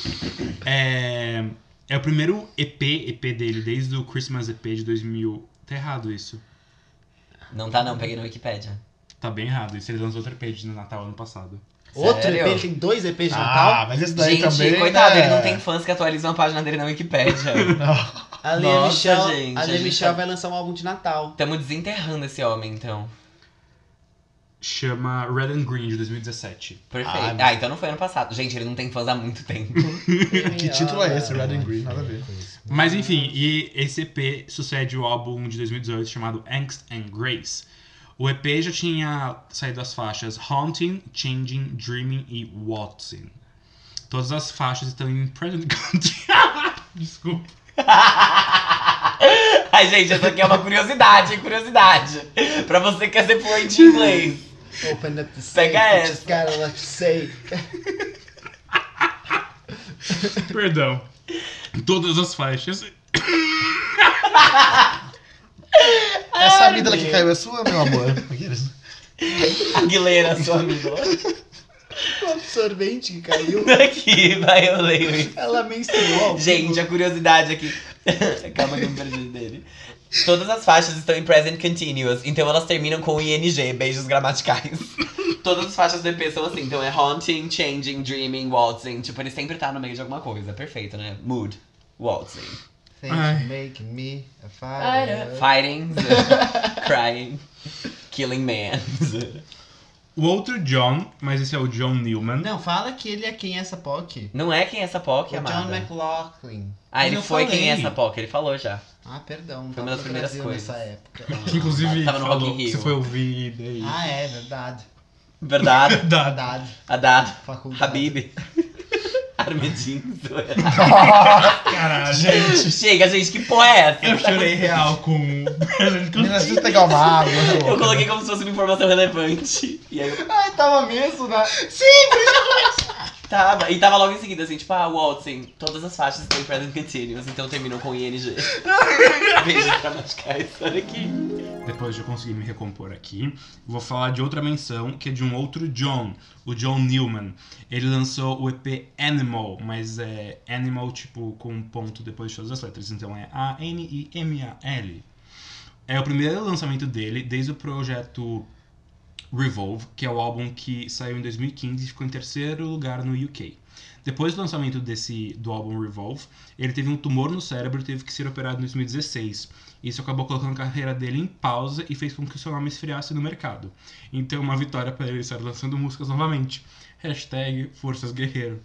[SPEAKER 2] É o primeiro EP dele, desde o Christmas EP de 2000. Tá errado isso.
[SPEAKER 5] Não tá não, peguei no Wikipedia.
[SPEAKER 2] Tá bem errado isso. Ele lançou outro EP de Natal ano passado.
[SPEAKER 3] Outro
[SPEAKER 5] Sério?
[SPEAKER 3] EP, ele tem 2 EPs de Natal.
[SPEAKER 4] Mas esse daí
[SPEAKER 5] Gente,
[SPEAKER 4] também,
[SPEAKER 5] coitado,
[SPEAKER 4] né?
[SPEAKER 5] ele não tem fãs que atualizam a página dele na Wikipédia.
[SPEAKER 3] A Lea
[SPEAKER 5] Nossa,
[SPEAKER 3] Michel,
[SPEAKER 5] gente,
[SPEAKER 3] a
[SPEAKER 5] a
[SPEAKER 3] Lea
[SPEAKER 5] gente
[SPEAKER 3] Michel
[SPEAKER 5] tá-
[SPEAKER 3] vai lançar um álbum de Natal.
[SPEAKER 5] Tamo desenterrando esse homem, então.
[SPEAKER 2] chama Red and Green, de 2017.
[SPEAKER 5] Perfeito.
[SPEAKER 4] Ai, mas-
[SPEAKER 5] Então não foi ano passado. Gente, ele não tem fãs há muito tempo.
[SPEAKER 4] Que título é esse, Red and Green? Nada a ver.
[SPEAKER 2] Mas enfim, e esse EP sucede o álbum de 2018 chamado Angst and Grace. O EP já tinha saído as faixas Haunting, Changing, Dreaming e Watching. Todas as faixas estão em present continuous. Desculpa.
[SPEAKER 5] Ai, gente, essa aqui é uma curiosidade, curiosidade. Pra você que quer ser fluente em inglês.
[SPEAKER 3] Open up the
[SPEAKER 5] Pega
[SPEAKER 3] safe,
[SPEAKER 5] essa.
[SPEAKER 3] just gotta let you say.
[SPEAKER 2] Perdão. Todas as faixas.
[SPEAKER 4] Essa amígdala que caiu é sua, meu amor? Aqueles-
[SPEAKER 5] Aguilera, sua amiga.
[SPEAKER 3] O absorvente que caiu,
[SPEAKER 5] Aqui, vai, eu leio isso.
[SPEAKER 3] ela menstruou.
[SPEAKER 5] Gente, a curiosidade aqui. Calma que eu me perdi dele. Todas as faixas estão em present continuous, então elas terminam com ing, beijos gramaticais. Todas as faixas do EP são assim, então é haunting, changing, dreaming, waltzing. Tipo, ele sempre tá no meio de alguma coisa. Perfeito, né? Mood, waltzing,
[SPEAKER 3] Thanks
[SPEAKER 2] Ai.
[SPEAKER 3] for making me a fighter.
[SPEAKER 5] fighting, crying, killing man.
[SPEAKER 2] O outro John, mas esse é o John Newman.
[SPEAKER 3] Não, fala que ele é quem é essa POC.
[SPEAKER 5] Não é quem é essa POC,
[SPEAKER 3] O
[SPEAKER 5] amada.
[SPEAKER 3] John McLaughlin.
[SPEAKER 5] Ah, ele
[SPEAKER 2] Eu
[SPEAKER 5] foi
[SPEAKER 2] falei.
[SPEAKER 5] quem é essa POC, ele falou já.
[SPEAKER 3] Ah, perdão.
[SPEAKER 5] Foi uma
[SPEAKER 3] tava
[SPEAKER 5] das
[SPEAKER 3] no
[SPEAKER 5] primeiras
[SPEAKER 3] Brasil
[SPEAKER 5] coisas.
[SPEAKER 3] nessa época.
[SPEAKER 2] Que inclusive
[SPEAKER 5] Tava no
[SPEAKER 2] falou
[SPEAKER 5] Rock in
[SPEAKER 2] que
[SPEAKER 5] Rio.
[SPEAKER 2] você foi ouvir daí.
[SPEAKER 3] Ah, é, verdade.
[SPEAKER 5] Verdade.
[SPEAKER 2] Verdade.
[SPEAKER 5] Haddad.
[SPEAKER 3] Faculdade.
[SPEAKER 5] Habib. Armedinho.
[SPEAKER 2] Caralho, gente.
[SPEAKER 5] Chega, gente, que porra é essa?
[SPEAKER 2] Eu chorei real com Present
[SPEAKER 4] Menina,
[SPEAKER 2] Continuous.
[SPEAKER 4] precisa pegar uma água.
[SPEAKER 5] Eu coloquei como se fosse uma informação relevante. E aí eu
[SPEAKER 3] Ai, tava mesmo, né?
[SPEAKER 5] tava. E tava logo em seguida, assim, tipo, waltzing. Todas as faixas têm present continuous, então terminam com ing. Beijos gramaticais, olha aqui.
[SPEAKER 2] Depois de eu conseguir me recompor aqui, vou falar de outra menção, que é de um outro John, o John Newman. Ele lançou o EP Animal, mas é Animal, tipo, com um ponto depois de todas as letras. Então é A-N-I-M-A-L. É o primeiro lançamento dele, desde o projeto Revolve, que é o álbum que saiu em 2015 e ficou em terceiro lugar no UK. Depois do lançamento do álbum Revolve, ele teve um tumor no cérebro e teve que ser operado em 2016. Isso acabou colocando a carreira dele em pausa e fez com que o seu nome esfriasse no mercado. Então é uma vitória para ele estar lançando músicas novamente. Hashtag Forças Guerreiro.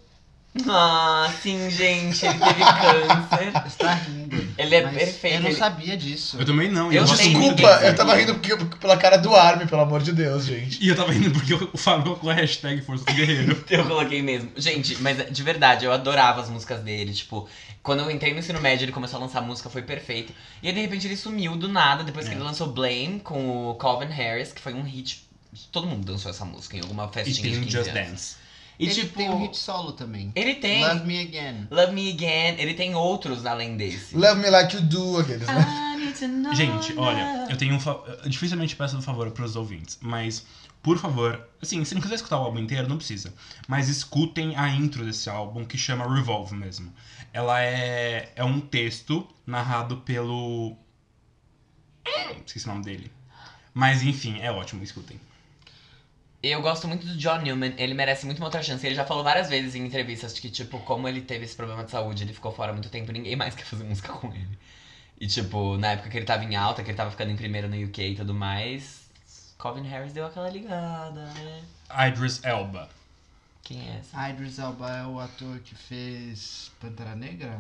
[SPEAKER 5] Ah, sim, gente, ele teve câncer.
[SPEAKER 3] Está rindo.
[SPEAKER 5] Ele é
[SPEAKER 3] Mas
[SPEAKER 5] perfeito,
[SPEAKER 3] Eu não
[SPEAKER 5] ele-
[SPEAKER 3] sabia disso.
[SPEAKER 2] Eu também não. e
[SPEAKER 5] Eu
[SPEAKER 2] gosto
[SPEAKER 5] sei.
[SPEAKER 2] muito
[SPEAKER 4] Desculpa,
[SPEAKER 2] dele.
[SPEAKER 4] eu tava rindo pela cara do Armin, pelo amor de Deus, gente.
[SPEAKER 2] E eu tava rindo porque o Fábio colocou a hashtag Forças Guerreiro.
[SPEAKER 5] Eu coloquei mesmo. Gente, mas de verdade, eu adorava as músicas dele. Tipo, quando eu entrei no ensino médio, ele começou a lançar música, foi perfeito. E aí, de repente, ele sumiu do nada, depois que
[SPEAKER 2] É.
[SPEAKER 5] ele lançou Blame com o Calvin Harris, que foi um hit. Todo mundo dançou essa música em alguma
[SPEAKER 2] E
[SPEAKER 5] festinha
[SPEAKER 2] tem
[SPEAKER 5] de
[SPEAKER 2] o
[SPEAKER 5] 15
[SPEAKER 2] Just
[SPEAKER 5] anos.
[SPEAKER 2] Dance.
[SPEAKER 5] E
[SPEAKER 3] Ele
[SPEAKER 5] tipo,
[SPEAKER 3] tem um hit solo também.
[SPEAKER 5] ele tem
[SPEAKER 3] Love Me Again.
[SPEAKER 5] Love Me Again, ele tem outros além desse.
[SPEAKER 4] Love me like you do, aqueles, né?
[SPEAKER 5] I need to know
[SPEAKER 2] Gente, olha,
[SPEAKER 5] now.
[SPEAKER 2] eu tenho eu dificilmente peço um favor pros ouvintes, mas, por favor, assim, se não quiser escutar o álbum inteiro, não precisa. Mas escutem a intro desse álbum, que chama Revolve mesmo. Ela é um texto narrado pelo... Esqueci o nome dele. Mas, enfim, é ótimo, escutem.
[SPEAKER 5] Eu gosto muito do John Newman, ele merece muito uma outra chance. Ele já falou várias vezes em entrevistas de que, tipo, como ele teve esse problema de saúde, ele ficou fora há muito tempo, ninguém mais quer fazer música com ele. E, tipo, na época que ele tava em alta, que ele tava ficando em primeiro no UK e tudo mais, Calvin Harris deu aquela ligada, né?
[SPEAKER 2] Idris Elba.
[SPEAKER 5] Quem é essa?
[SPEAKER 3] Idris Elba é o ator que fez Pantera Negra?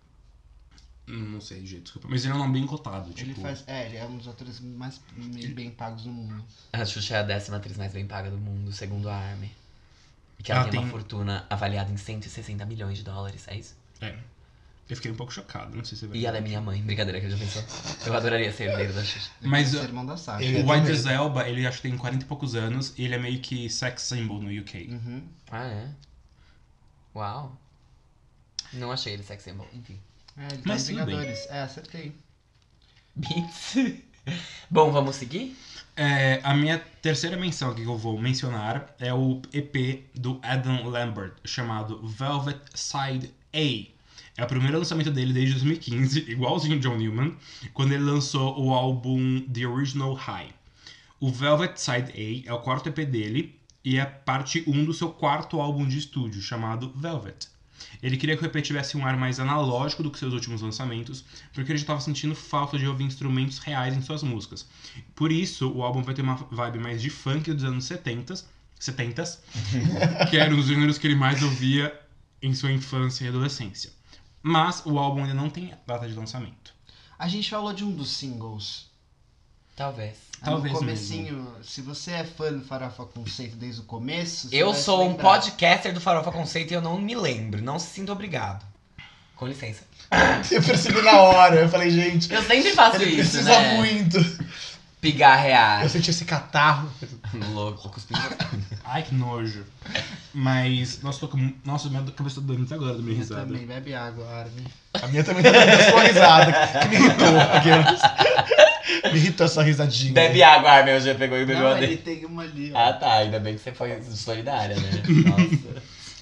[SPEAKER 2] Não sei, gente, desculpa. Mas ele é um nome bem cotado, tipo...
[SPEAKER 3] Ele é um dos atores mais bem pagos do mundo.
[SPEAKER 5] A Xuxa é a 10ª atriz mais bem paga do mundo, segundo a Army. E que ela
[SPEAKER 2] Ela
[SPEAKER 5] tem uma
[SPEAKER 2] tem-
[SPEAKER 5] fortuna avaliada em 160 milhões de dólares, é isso?
[SPEAKER 2] É. Eu fiquei um pouco chocado, não sei se é
[SPEAKER 5] E
[SPEAKER 2] verdade.
[SPEAKER 5] ela é minha mãe, brincadeira, que já pensou? Eu adoraria ser herdeiro da Xuxa.
[SPEAKER 2] Mas
[SPEAKER 3] Deve ser irmão da Sasha.
[SPEAKER 4] ele-
[SPEAKER 2] o
[SPEAKER 4] também.
[SPEAKER 2] Idris Elba, ele acho que tem 40 e poucos anos, e ele é meio que sex symbol no UK.
[SPEAKER 3] Uhum.
[SPEAKER 5] Ah, é? Uau. Não achei ele sex symbol, enfim.
[SPEAKER 3] É, ele tá
[SPEAKER 2] Mas
[SPEAKER 3] nos
[SPEAKER 2] tudo bem.
[SPEAKER 3] Vingadores. É, acertei.
[SPEAKER 5] Beats. Bom, vamos seguir?
[SPEAKER 2] É, a minha terceira menção que eu vou mencionar é o EP do Adam Lambert, chamado Velvet Side A. É o primeiro lançamento dele desde 2015, igualzinho John Newman, quando ele lançou o álbum The Original High. O Velvet Side A é o quarto EP dele e é parte 1 do seu quarto álbum de estúdio, chamado Velvet. Ele queria que o EP tivesse um ar mais analógico do que seus últimos lançamentos, porque ele já estava sentindo falta de ouvir instrumentos reais em suas músicas. Por isso, o álbum vai ter uma vibe mais de funk dos anos 70s, que eram os gêneros que ele mais ouvia em sua infância e adolescência. Mas o álbum ainda não tem data de lançamento.
[SPEAKER 3] A gente falou de um dos singles.
[SPEAKER 5] Talvez.
[SPEAKER 2] Talvez
[SPEAKER 3] no comecinho, se você é fã do Farofa Conceito desde o começo...
[SPEAKER 5] Eu
[SPEAKER 3] vai se
[SPEAKER 5] sou um
[SPEAKER 3] lembrar.
[SPEAKER 5] podcaster do Farofa Conceito e eu não me lembro. Não se sinta obrigado. Com licença.
[SPEAKER 4] Eu percebi na hora, eu falei, gente,
[SPEAKER 5] Eu sempre faço
[SPEAKER 4] ele
[SPEAKER 5] isso,
[SPEAKER 4] precisa
[SPEAKER 5] né?
[SPEAKER 4] muito.
[SPEAKER 5] Pigarrear.
[SPEAKER 4] Eu senti esse catarro.
[SPEAKER 5] Louco, cuspindo.
[SPEAKER 2] Ai, que nojo. Mas, nossa, minha cabeça tá doendo até agora da minha
[SPEAKER 3] Eu
[SPEAKER 2] risada.
[SPEAKER 3] também, bebe água, Armin.
[SPEAKER 4] A minha também tá dando sua risada, que me irritou. Aqueles. Me irritou essa risadinha.
[SPEAKER 5] Bebe água, Armin, já pegou e bebeu
[SPEAKER 3] Não,
[SPEAKER 5] a
[SPEAKER 3] ele
[SPEAKER 5] dele.
[SPEAKER 3] tem uma ali, ó.
[SPEAKER 5] Ah, tá. Ainda bem que você foi solidária, né? Nossa.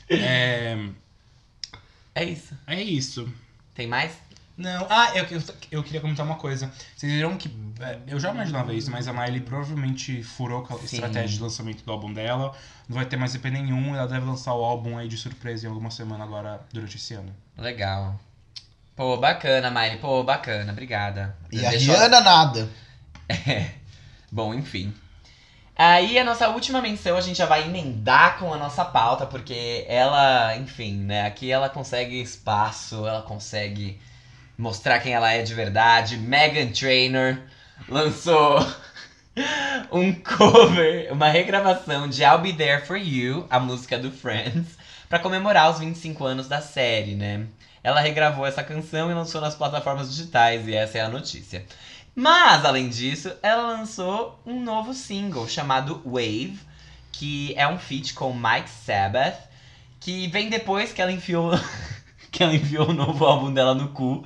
[SPEAKER 5] É isso.
[SPEAKER 2] É isso.
[SPEAKER 5] Tem mais?
[SPEAKER 2] Não, eu queria comentar uma coisa. Vocês viram que, eu já imaginava isso, mas a Miley provavelmente furou com a
[SPEAKER 5] Sim.
[SPEAKER 2] estratégia de lançamento do álbum dela. Não vai ter mais EP nenhum, ela deve lançar o álbum aí de surpresa em alguma semana agora, durante esse ano.
[SPEAKER 5] Legal. Pô, bacana, Miley. Pô, bacana. Obrigada.
[SPEAKER 4] E a
[SPEAKER 5] Deixou-
[SPEAKER 4] Rihanna nada.
[SPEAKER 5] Bom, enfim. Aí a nossa última menção a gente já vai emendar com a nossa pauta, porque ela, enfim, né? Aqui ela consegue espaço, ela consegue mostrar quem ela é de verdade. Meghan Trainor lançou um cover, uma regravação de I'll Be There For You, a música do Friends, pra comemorar os 25 anos da série, né? Ela regravou essa canção e lançou nas plataformas digitais, e essa é a notícia. Mas, além disso, ela lançou um novo single chamado Wave, que é um feat com Mike Sabbath, que vem depois que ela enfiou o novo álbum dela no cu.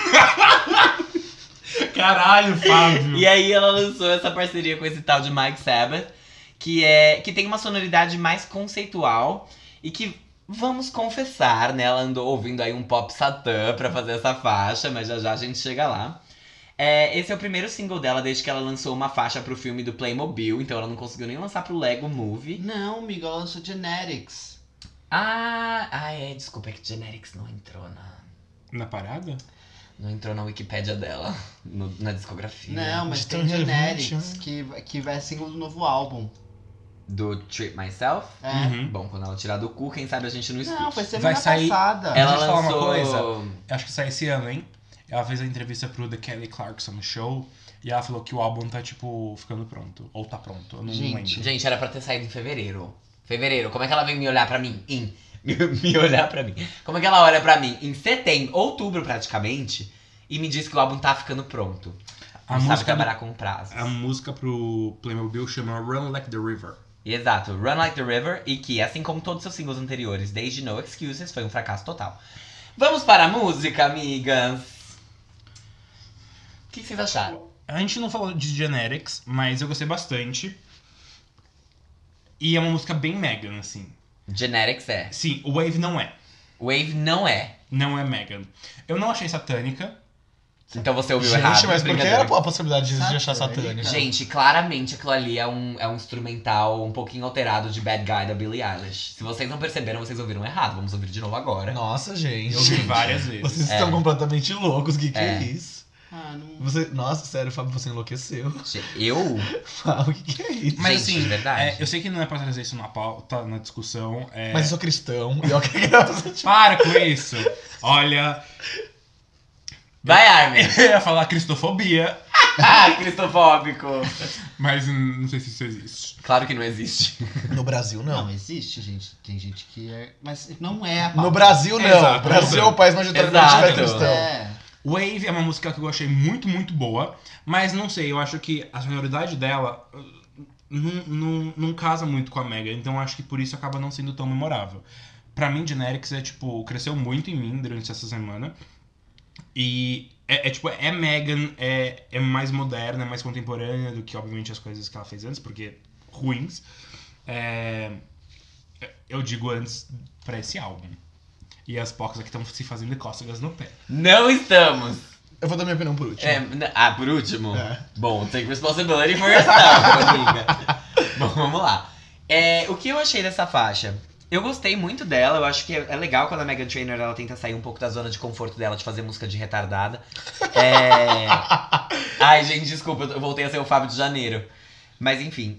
[SPEAKER 2] Caralho, Fábio!
[SPEAKER 5] E aí ela lançou essa parceria com esse tal de Mike Sabbath, que tem uma sonoridade mais conceitual e que, vamos confessar, né, ela andou ouvindo aí um pop satã pra fazer essa faixa, mas já já a gente chega lá. Esse é o primeiro single dela desde que ela lançou uma faixa pro filme do Playmobil, então ela não conseguiu nem lançar pro Lego Movie.
[SPEAKER 3] Não, amigo, ela lançou Genetics.
[SPEAKER 5] Desculpa, é que Genetics não entrou
[SPEAKER 2] Na parada?
[SPEAKER 5] não entrou na Wikipédia dela, na discografia.
[SPEAKER 3] Não, mas
[SPEAKER 4] De
[SPEAKER 3] tem
[SPEAKER 4] tão relevante,
[SPEAKER 3] Genetics, que vai single do novo álbum.
[SPEAKER 5] Do Treat Myself?
[SPEAKER 3] É.
[SPEAKER 2] Uhum.
[SPEAKER 5] Bom, quando ela tirar do cu, quem sabe a gente não escuta.
[SPEAKER 3] Não, foi semana
[SPEAKER 2] Vai sair-
[SPEAKER 3] passada.
[SPEAKER 5] Ela
[SPEAKER 2] Deixa eu falar uma
[SPEAKER 5] lançou...
[SPEAKER 2] coisa. Eu acho que sai esse ano, hein? Ela fez a entrevista pro The Kelly Clarkson Show e ela falou que o álbum tá, tipo, ficando pronto. Ou tá pronto, eu não
[SPEAKER 3] Gente.
[SPEAKER 2] lembro.
[SPEAKER 5] Gente, era pra ter saído em fevereiro. Fevereiro, como é que ela vem me olhar pra mim? Me olhar pra mim. Como é que ela olha pra mim em setembro, outubro praticamente, e me diz que o álbum tá ficando pronto?
[SPEAKER 2] A
[SPEAKER 5] Não sabe
[SPEAKER 2] música,
[SPEAKER 5] trabalhar com prazos.
[SPEAKER 2] a música pro Playmobil chama Run Like the River.
[SPEAKER 5] Exato, Run Like the River, e que, assim como todos os seus singles anteriores, desde No Excuses, foi um fracasso total. Vamos para a música, amigas! O que vocês acharam?
[SPEAKER 2] A gente não falou de Genetics, mas eu gostei bastante. E é uma música bem Megan, assim.
[SPEAKER 5] Genetics é.
[SPEAKER 2] Sim, o Wave não é.
[SPEAKER 5] Wave não é.
[SPEAKER 2] Não é Megan. Eu não achei satânica.
[SPEAKER 5] Então você ouviu
[SPEAKER 4] Gente,
[SPEAKER 5] errado.
[SPEAKER 4] mas por que
[SPEAKER 5] brincadeira.
[SPEAKER 4] era a possibilidade de achar
[SPEAKER 3] Satânica.
[SPEAKER 4] satânica?
[SPEAKER 5] Gente, claramente aquilo ali é um instrumental um pouquinho alterado de Bad Guy da Billie Eilish. Se vocês não perceberam, vocês ouviram errado. Vamos ouvir de novo agora.
[SPEAKER 4] Nossa, gente.
[SPEAKER 2] Eu ouvi várias vezes.
[SPEAKER 4] Vocês estão completamente loucos. Que
[SPEAKER 5] É.
[SPEAKER 4] é isso?
[SPEAKER 3] Ah, não...
[SPEAKER 4] Nossa, sério, Fábio, você enlouqueceu.
[SPEAKER 5] Eu?
[SPEAKER 4] Fábio, o que é isso?
[SPEAKER 2] Mas
[SPEAKER 5] Gente,
[SPEAKER 2] assim,
[SPEAKER 5] de verdade.
[SPEAKER 2] eu sei que não é pra trazer isso na pauta, na discussão.
[SPEAKER 4] Mas eu sou cristão e eu quero graças
[SPEAKER 2] Para com isso! Olha,
[SPEAKER 5] Vai, Armin!
[SPEAKER 2] eu ia falar cristofobia,
[SPEAKER 5] Cristofóbico!
[SPEAKER 2] mas não sei se isso existe.
[SPEAKER 5] Claro que não existe.
[SPEAKER 4] No Brasil,
[SPEAKER 3] Não,
[SPEAKER 4] não.
[SPEAKER 3] existe, gente. Tem gente que é... Mas não é a pauta.
[SPEAKER 4] No Brasil, não.
[SPEAKER 2] Exato,
[SPEAKER 4] O Brasil é o país majoritariamente
[SPEAKER 5] Exato.
[SPEAKER 4] é cristão.
[SPEAKER 3] É.
[SPEAKER 2] Wave é uma música que eu achei muito, muito boa, mas não sei, eu acho que a sonoridade dela não casa muito com a Megan, então eu acho que por isso acaba não sendo tão memorável. Pra mim, Genetics cresceu muito em mim durante essa semana. E é Megan, é mais moderna, é mais contemporânea do que, obviamente, as coisas que ela fez antes, porque ruins. Eu digo antes pra esse álbum. E as pocas aqui estão se fazendo cócegas no pé.
[SPEAKER 5] Não estamos!
[SPEAKER 4] Eu vou dar minha opinião por último.
[SPEAKER 5] Por último?
[SPEAKER 4] É.
[SPEAKER 5] Bom, take responsibility for yourself, amiga. Bom, vamos lá. O que eu achei dessa faixa? Eu gostei muito dela, eu acho que é legal quando a Meghan Trainor ela tenta sair um pouco da zona de conforto dela de fazer música de retardada. Ai, gente, desculpa, eu voltei a ser o Fábio de Janeiro. Mas enfim,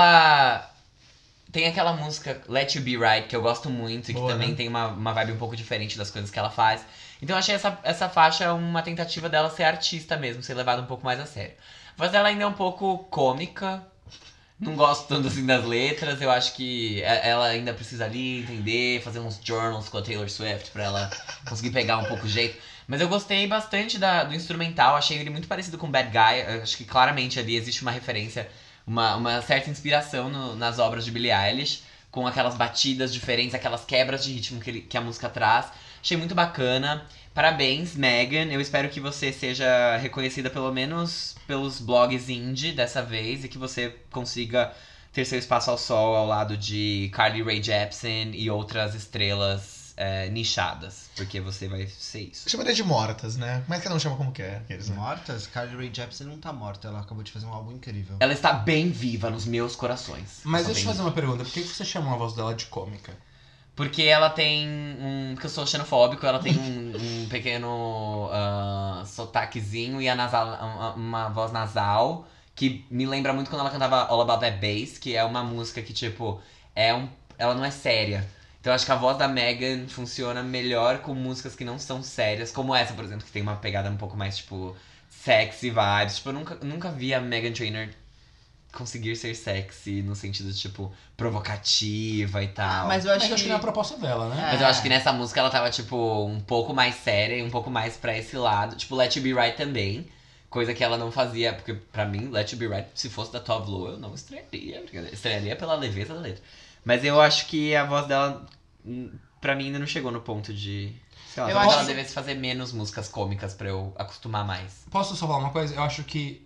[SPEAKER 5] ela tem aquela música Let You Be Right, que eu gosto muito, e que
[SPEAKER 4] Boa,
[SPEAKER 5] também
[SPEAKER 4] né?
[SPEAKER 5] tem uma vibe um pouco diferente das coisas que ela faz. Então eu achei essa faixa uma tentativa dela ser artista mesmo, ser levada um pouco mais a sério. A voz dela ainda é um pouco cômica. Não gosto tanto assim das letras, eu acho que ela ainda precisa ali entender, fazer uns journals com a Taylor Swift pra ela conseguir pegar um pouco o jeito. Mas eu gostei bastante do instrumental, achei ele muito parecido com Bad Guy, eu acho que claramente ali existe uma referência, uma certa inspiração nas obras de Billie Eilish, com aquelas batidas diferentes, aquelas quebras de ritmo que a música traz. Achei muito bacana. Parabéns, Meghan. Eu espero que você seja reconhecida pelo menos pelos blogs indie dessa vez e que você consiga ter seu espaço ao sol ao lado de Carly Rae Jepsen e outras estrelas nichadas, porque você vai ser isso.
[SPEAKER 4] Eu chamaria de mortas, né? Mas cada um chama como quer. Aqueles, né?
[SPEAKER 3] Mortas? Carly Rae Jepsen não tá morta, ela acabou de fazer um álbum incrível.
[SPEAKER 5] Ela está bem viva nos meus corações.
[SPEAKER 2] Mas
[SPEAKER 5] Só
[SPEAKER 2] deixa eu
[SPEAKER 5] bem
[SPEAKER 2] fazer uma pergunta. Por que você chamou a voz dela de cômica?
[SPEAKER 5] Porque ela tem porque eu sou xenofóbico, ela tem um pequeno sotaquezinho e uma voz nasal que me lembra muito quando ela cantava All About That Bass, que é uma música que, tipo, ela não é séria. Então eu acho que a voz da Meghan funciona melhor com músicas que não são sérias, como essa, por exemplo, que tem uma pegada um pouco mais, tipo, sexy vibes. Tipo, eu nunca vi a Meghan Trainor conseguir ser sexy no sentido de, tipo, provocativa e tal.
[SPEAKER 3] Mas eu acho
[SPEAKER 2] Mas eu acho que não é a
[SPEAKER 3] que...
[SPEAKER 2] proposta dela, né?
[SPEAKER 5] Mas eu acho que nessa música ela tava, tipo, um pouco mais séria e um pouco mais pra esse lado. Tipo, Let You Be Right também. Coisa que ela não fazia, porque pra mim, Let You Be Right, se fosse da Tove Lo, eu não estrearia. Estrearia pela leveza da letra. Mas eu acho que a voz dela, pra mim, ainda não chegou no ponto de... Sei lá,
[SPEAKER 3] Eu
[SPEAKER 5] talvez
[SPEAKER 3] acho
[SPEAKER 5] ela
[SPEAKER 3] que-
[SPEAKER 5] devesse fazer menos músicas cômicas pra eu acostumar mais.
[SPEAKER 2] Posso só falar uma coisa? Eu acho que...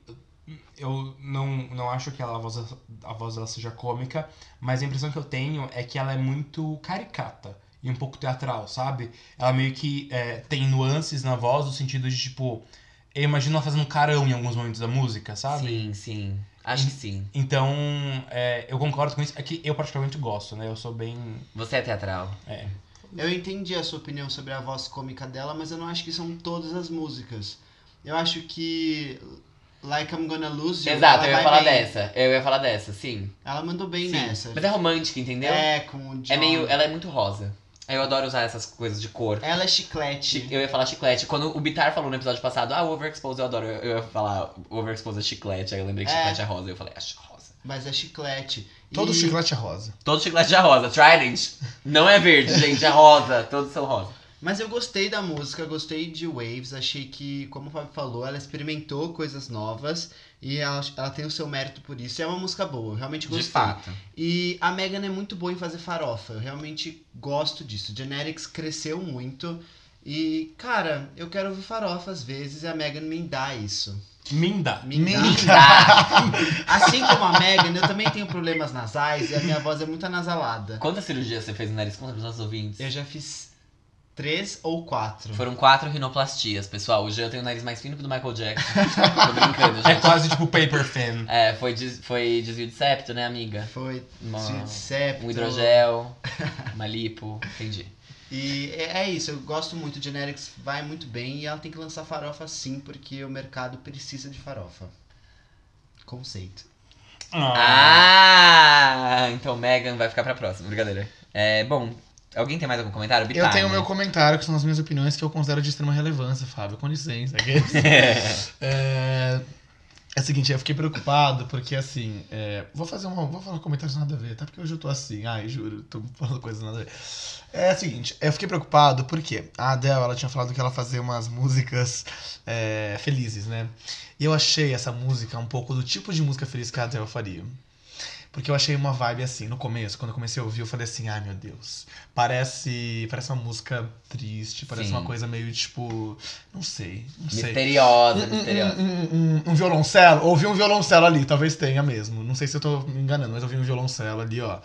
[SPEAKER 2] Eu não acho que a voz dela seja cômica, mas a impressão que eu tenho é que ela é muito caricata e um pouco teatral, sabe? Ela meio que tem nuances na voz, no sentido de, tipo... Eu imagino ela fazendo um carão em alguns momentos da música, sabe?
[SPEAKER 5] Sim, sim. Acho que sim.
[SPEAKER 2] Então, eu concordo com isso. É que eu particularmente gosto, né? Eu sou bem...
[SPEAKER 5] Você é teatral.
[SPEAKER 3] Eu entendi a sua opinião sobre a voz cômica dela, mas eu não acho que são todas as músicas. Eu acho que Like I'm Gonna Lose You,
[SPEAKER 5] Exato,
[SPEAKER 3] ela
[SPEAKER 5] eu ia
[SPEAKER 3] vai
[SPEAKER 5] falar
[SPEAKER 3] bem.
[SPEAKER 5] dessa. Eu ia falar dessa, sim.
[SPEAKER 3] Ela mandou bem
[SPEAKER 5] Sim.
[SPEAKER 3] nessa.
[SPEAKER 5] Mas é romântica, entendeu?
[SPEAKER 3] Com o John.
[SPEAKER 5] Ela é muito rosa. Eu adoro usar essas coisas de cor.
[SPEAKER 3] Ela é chiclete.
[SPEAKER 5] Eu ia falar chiclete. Quando o Bitar falou no episódio passado, o Overexpose eu adoro. Eu ia falar Overexpose é chiclete. Aí eu lembrei que chiclete é rosa. Eu falei, acho rosa.
[SPEAKER 3] Mas é chiclete.
[SPEAKER 4] Todo
[SPEAKER 3] E
[SPEAKER 4] chiclete é rosa.
[SPEAKER 5] Todo chiclete é rosa. Trident não é verde, gente. É rosa. Todos são rosa.
[SPEAKER 3] Mas eu gostei da música, gostei de Waves. Achei que, como o Fábio falou, ela experimentou coisas novas. E ela tem o seu mérito por isso. É uma música boa, eu realmente gostei.
[SPEAKER 5] De fato.
[SPEAKER 3] E a Meghan é muito boa em fazer farofa. Eu realmente gosto disso. Generics cresceu muito. E, cara, eu quero ouvir farofa às vezes e a Meghan me dá isso.
[SPEAKER 2] Minda.
[SPEAKER 3] Me
[SPEAKER 4] Me
[SPEAKER 3] dá. Assim como a Meghan, eu também tenho problemas nasais e a minha voz é muito anasalada.
[SPEAKER 5] Quantas cirurgias você fez no nariz? Conta pros nossos ouvintes.
[SPEAKER 3] Eu já fiz 3 ou 4.
[SPEAKER 5] Foram 4 rinoplastias, pessoal. Hoje eu tenho o nariz mais fino que o do Michael Jackson. Tô brincando,
[SPEAKER 2] É
[SPEAKER 5] gente.
[SPEAKER 2] quase tipo paper than.
[SPEAKER 5] Foi desvio de septo, né, amiga?
[SPEAKER 3] Foi
[SPEAKER 5] Uma-
[SPEAKER 3] septo.
[SPEAKER 5] Um hidrogel, uma lipo, entendi.
[SPEAKER 3] E é isso, eu gosto muito. Generics vai muito bem e ela tem que lançar farofa sim, porque o mercado precisa de farofa. Conceito.
[SPEAKER 5] Então Megan vai ficar pra próxima, brincadeira. Bom, alguém tem mais algum comentário?
[SPEAKER 4] Eu
[SPEAKER 5] Bitar,
[SPEAKER 4] tenho o
[SPEAKER 5] né?
[SPEAKER 4] meu comentário, que são as minhas opiniões que eu considero de extrema relevância, Fábio. Com licença. É o seguinte, eu fiquei preocupado porque, assim, vou falar comentários nada a ver, tá? Porque hoje eu tô assim, juro, tô falando coisas nada a ver. É o seguinte, eu fiquei preocupado porque a Adele, ela tinha falado que ela fazia umas músicas felizes, né? E eu achei essa música um pouco do tipo de música feliz que a Adele faria. Porque eu achei uma vibe assim, no começo, quando eu comecei a ouvir, eu falei assim, ai meu Deus, parece uma música triste, parece
[SPEAKER 5] Sim.
[SPEAKER 4] uma coisa meio tipo, não sei.
[SPEAKER 5] Misteriosa.
[SPEAKER 4] Um violoncelo, ouvi um violoncelo ali, talvez tenha mesmo, não sei se eu tô me enganando, mas ouvi um violoncelo ali, ó,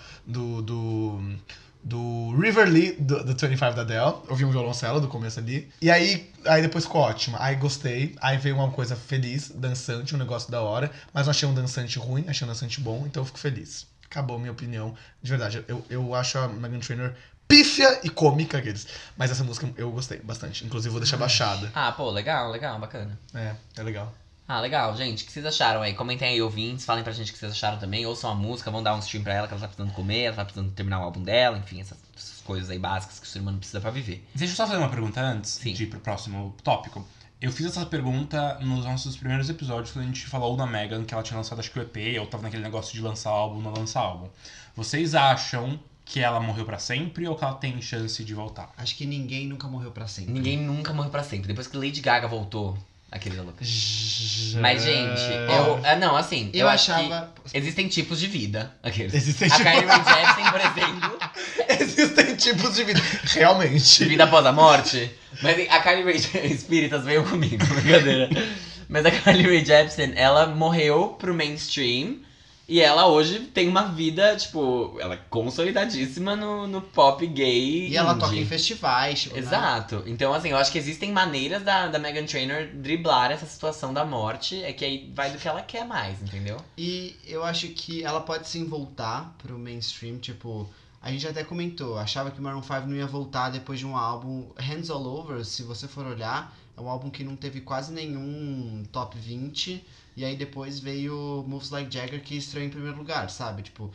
[SPEAKER 4] do River Lee, do 25 da Adele, ouvi um violoncelo do começo ali, e aí depois ficou ótima, aí gostei, aí veio uma coisa feliz, dançante, um negócio da hora, mas não achei um dançante ruim, achei um dançante bom, então eu fico feliz. Acabou a minha opinião. De verdade, eu acho a Meghan Trainor pífia e cômica aqueles. Mas essa música eu gostei bastante. Inclusive, vou deixar baixada.
[SPEAKER 5] Ah, pô, legal, bacana.
[SPEAKER 4] É legal.
[SPEAKER 5] Ah, legal, gente. O que vocês acharam aí? Comentem aí, ouvintes. Falem pra gente o que vocês acharam também. Ouçam a música, vão dar um stream pra ela, que ela tá precisando comer, ela tá precisando terminar o álbum dela. Enfim, essas coisas aí básicas que o ser humano precisa pra viver.
[SPEAKER 2] Deixa eu só fazer uma pergunta antes
[SPEAKER 5] Sim.
[SPEAKER 2] de ir pro próximo tópico. Eu fiz essa pergunta nos nossos primeiros episódios, quando a gente falou da Meghan, que ela tinha lançado acho que o EP, ou tava naquele negócio de lançar álbum, não lançar álbum. Vocês acham que ela morreu pra sempre ou que ela tem chance de voltar?
[SPEAKER 3] Acho que ninguém nunca morreu pra sempre.
[SPEAKER 5] Ninguém nunca morreu pra sempre. Depois que Lady Gaga voltou, aquele da louca. Mas, gente, não, assim,
[SPEAKER 3] Eu
[SPEAKER 5] acho
[SPEAKER 3] achava.
[SPEAKER 5] que existem tipos de vida. Aqueles.
[SPEAKER 4] Existem
[SPEAKER 5] A Kylie Rae Jepsen, por exemplo,
[SPEAKER 4] Existem tipos de vida. Realmente.
[SPEAKER 5] de vida após a morte. Mas a Kylie Rae Espíritas veio comigo, brincadeira. Mas a Kylie Rae Jepsen, ela morreu pro mainstream. E ela hoje tem uma vida, tipo, ela é consolidadíssima no pop gay.
[SPEAKER 3] E ela
[SPEAKER 5] indie.
[SPEAKER 3] toca em festivais, tipo, né?
[SPEAKER 5] Exato. Então, assim, eu acho que existem maneiras da Meghan Trainor driblar essa situação da morte. É que aí vai do que ela quer mais, entendeu?
[SPEAKER 3] E eu acho que ela pode sim voltar pro mainstream, tipo, a gente até comentou, achava que o Maroon 5 não ia voltar depois de um álbum. Hands All Over, se você for olhar, é um álbum que não teve quase nenhum top 20, e aí depois veio Moves Like Jagger, que estreou em primeiro lugar, sabe? Tipo,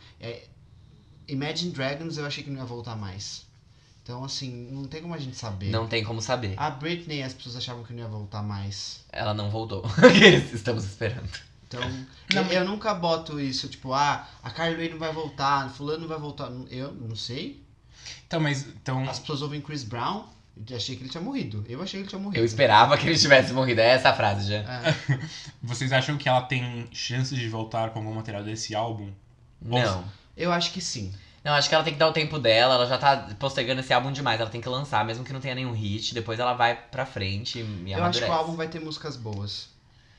[SPEAKER 3] Imagine Dragons eu achei que não ia voltar mais. Então, assim, não tem como a gente saber.
[SPEAKER 5] Não tem como saber.
[SPEAKER 3] A Britney, as pessoas achavam que não ia voltar mais.
[SPEAKER 5] Ela não voltou. Estamos esperando.
[SPEAKER 3] Então, eu nunca boto isso, tipo, a Kylie Rae não vai voltar, fulano não vai voltar. Eu não sei.
[SPEAKER 2] Então,
[SPEAKER 3] As pessoas ouvem Chris Brown, eu achei que ele tinha morrido. Eu achei que ele tinha morrido.
[SPEAKER 5] Eu esperava que ele tivesse morrido. É essa a frase já.
[SPEAKER 3] É.
[SPEAKER 2] vocês acham que ela tem chances de voltar com algum material desse álbum?
[SPEAKER 5] Não.
[SPEAKER 3] Eu acho que sim.
[SPEAKER 5] Não, acho que ela tem que dar o tempo dela. Ela já tá postergando esse álbum demais. Ela tem que lançar, mesmo que não tenha nenhum hit. Depois ela vai pra frente e
[SPEAKER 3] Eu acho que
[SPEAKER 5] amadurece.
[SPEAKER 3] o álbum vai ter músicas boas.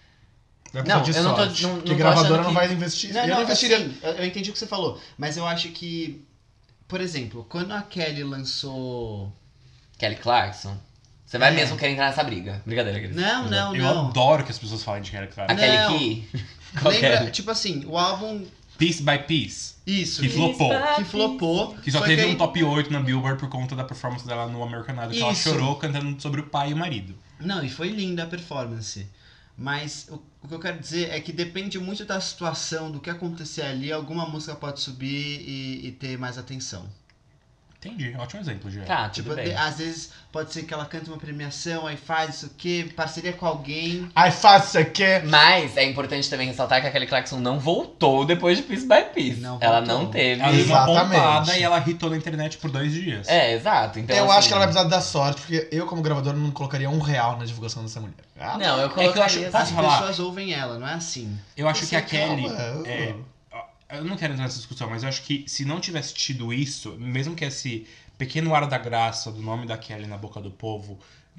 [SPEAKER 4] Vai
[SPEAKER 5] Não,
[SPEAKER 4] precisar de
[SPEAKER 5] eu não tô-
[SPEAKER 4] sorte,
[SPEAKER 5] não- não
[SPEAKER 4] porque
[SPEAKER 5] tô
[SPEAKER 4] gravadora
[SPEAKER 5] achando
[SPEAKER 4] não
[SPEAKER 5] que-
[SPEAKER 4] vai investir. eu não
[SPEAKER 3] Não,
[SPEAKER 4] investiria.
[SPEAKER 3] assim, eu entendi o que você falou. Mas eu acho que, por exemplo, quando a Kelly lançou...
[SPEAKER 5] Kelly Clarkson. Você vai
[SPEAKER 3] É.
[SPEAKER 5] mesmo querer entrar nessa briga. Brincadeira, Cris.
[SPEAKER 3] Não,
[SPEAKER 2] Eu
[SPEAKER 3] não.
[SPEAKER 2] adoro que as pessoas falem de Kelly
[SPEAKER 5] A
[SPEAKER 2] Clarkson.
[SPEAKER 5] Kelly
[SPEAKER 3] Não.
[SPEAKER 5] Key? Qual
[SPEAKER 3] Lembra,
[SPEAKER 5] Kelly?
[SPEAKER 3] tipo assim, o álbum...
[SPEAKER 2] Piece by Piece,
[SPEAKER 3] Isso.
[SPEAKER 2] que flopou.
[SPEAKER 3] Que flopou.
[SPEAKER 2] Que só
[SPEAKER 3] foi
[SPEAKER 2] teve
[SPEAKER 3] aí-
[SPEAKER 2] um top 8 na Billboard por conta da performance dela no American Idol, que ela
[SPEAKER 3] Isso.
[SPEAKER 2] chorou cantando sobre o pai e o marido.
[SPEAKER 3] Não, e foi linda a performance. Mas o que eu quero dizer é que depende muito da situação, do que acontecer ali, alguma música pode subir e ter mais atenção.
[SPEAKER 2] Entendi, ótimo exemplo, Gê.
[SPEAKER 5] Tá,
[SPEAKER 3] Tipo,
[SPEAKER 5] tudo bem.
[SPEAKER 3] às vezes pode ser que ela cante uma premiação, aí faz isso aqui, parceria com alguém.
[SPEAKER 4] Ai, faço isso aqui.
[SPEAKER 5] Mas é importante também ressaltar que a Kelly Clarkson não voltou depois de Piece by Piece.
[SPEAKER 3] Não
[SPEAKER 5] Ela
[SPEAKER 3] voltou.
[SPEAKER 5] não teve.
[SPEAKER 2] Ela deu uma
[SPEAKER 4] Exatamente.
[SPEAKER 2] pontada e ela hitou na internet por 2 dias.
[SPEAKER 5] É, exato. Então,
[SPEAKER 4] Eu
[SPEAKER 5] assim,
[SPEAKER 4] acho que ela vai precisar dar sorte, porque eu, como gravador, não colocaria R$1 na divulgação dessa mulher. Ah,
[SPEAKER 5] Não, eu
[SPEAKER 2] que eu
[SPEAKER 5] colocaria
[SPEAKER 2] acho-
[SPEAKER 5] assim.
[SPEAKER 3] As
[SPEAKER 2] Posso falar?
[SPEAKER 3] pessoas ouvem ela, não é assim.
[SPEAKER 2] Eu acho que a Kelly.
[SPEAKER 4] calma.
[SPEAKER 2] Eu não quero entrar nessa discussão, mas eu acho que se não tivesse tido isso, mesmo que esse pequeno ar da graça do nome da Kelly na boca do povo,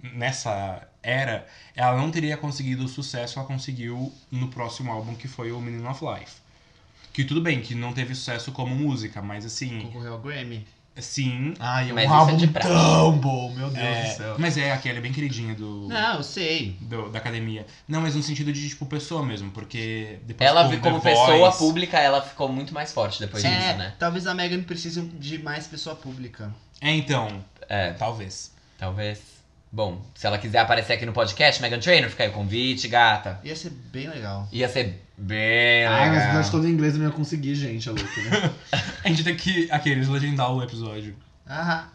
[SPEAKER 2] nessa era, ela não teria conseguido o sucesso que ela conseguiu no próximo álbum, que foi o Meaning of Life. Que tudo bem, que não teve sucesso como música, mas assim,
[SPEAKER 3] Concorreu ao Grammy.
[SPEAKER 2] sim.
[SPEAKER 4] Ai,
[SPEAKER 5] Mas
[SPEAKER 4] um
[SPEAKER 5] isso é
[SPEAKER 4] álbum
[SPEAKER 5] de praxe.
[SPEAKER 4] tão bom, meu Deus
[SPEAKER 2] É,
[SPEAKER 4] do céu.
[SPEAKER 2] mas a Kelly é bem queridinha
[SPEAKER 3] Não, eu sei.
[SPEAKER 2] da academia. Não, mas no sentido de, tipo, pessoa mesmo, porque depois
[SPEAKER 5] Ela,
[SPEAKER 2] com
[SPEAKER 5] como
[SPEAKER 2] The
[SPEAKER 5] pessoa
[SPEAKER 2] Voice-
[SPEAKER 5] pública, ela ficou muito mais forte depois disso, né?
[SPEAKER 3] Talvez a Megan precise de mais pessoa pública.
[SPEAKER 2] É, então,
[SPEAKER 5] É,
[SPEAKER 2] talvez.
[SPEAKER 5] talvez. Bom, se ela quiser aparecer aqui no podcast, Meghan Trainor, fica aí o convite, gata.
[SPEAKER 3] Ia ser bem legal.
[SPEAKER 5] Ia ser bem
[SPEAKER 4] Ai, mas
[SPEAKER 5] legal.
[SPEAKER 4] eu todo em inglês eu não ia conseguir, gente, é louco, né?
[SPEAKER 2] A gente tem que, aqueles, legendar o episódio.
[SPEAKER 3] Aham.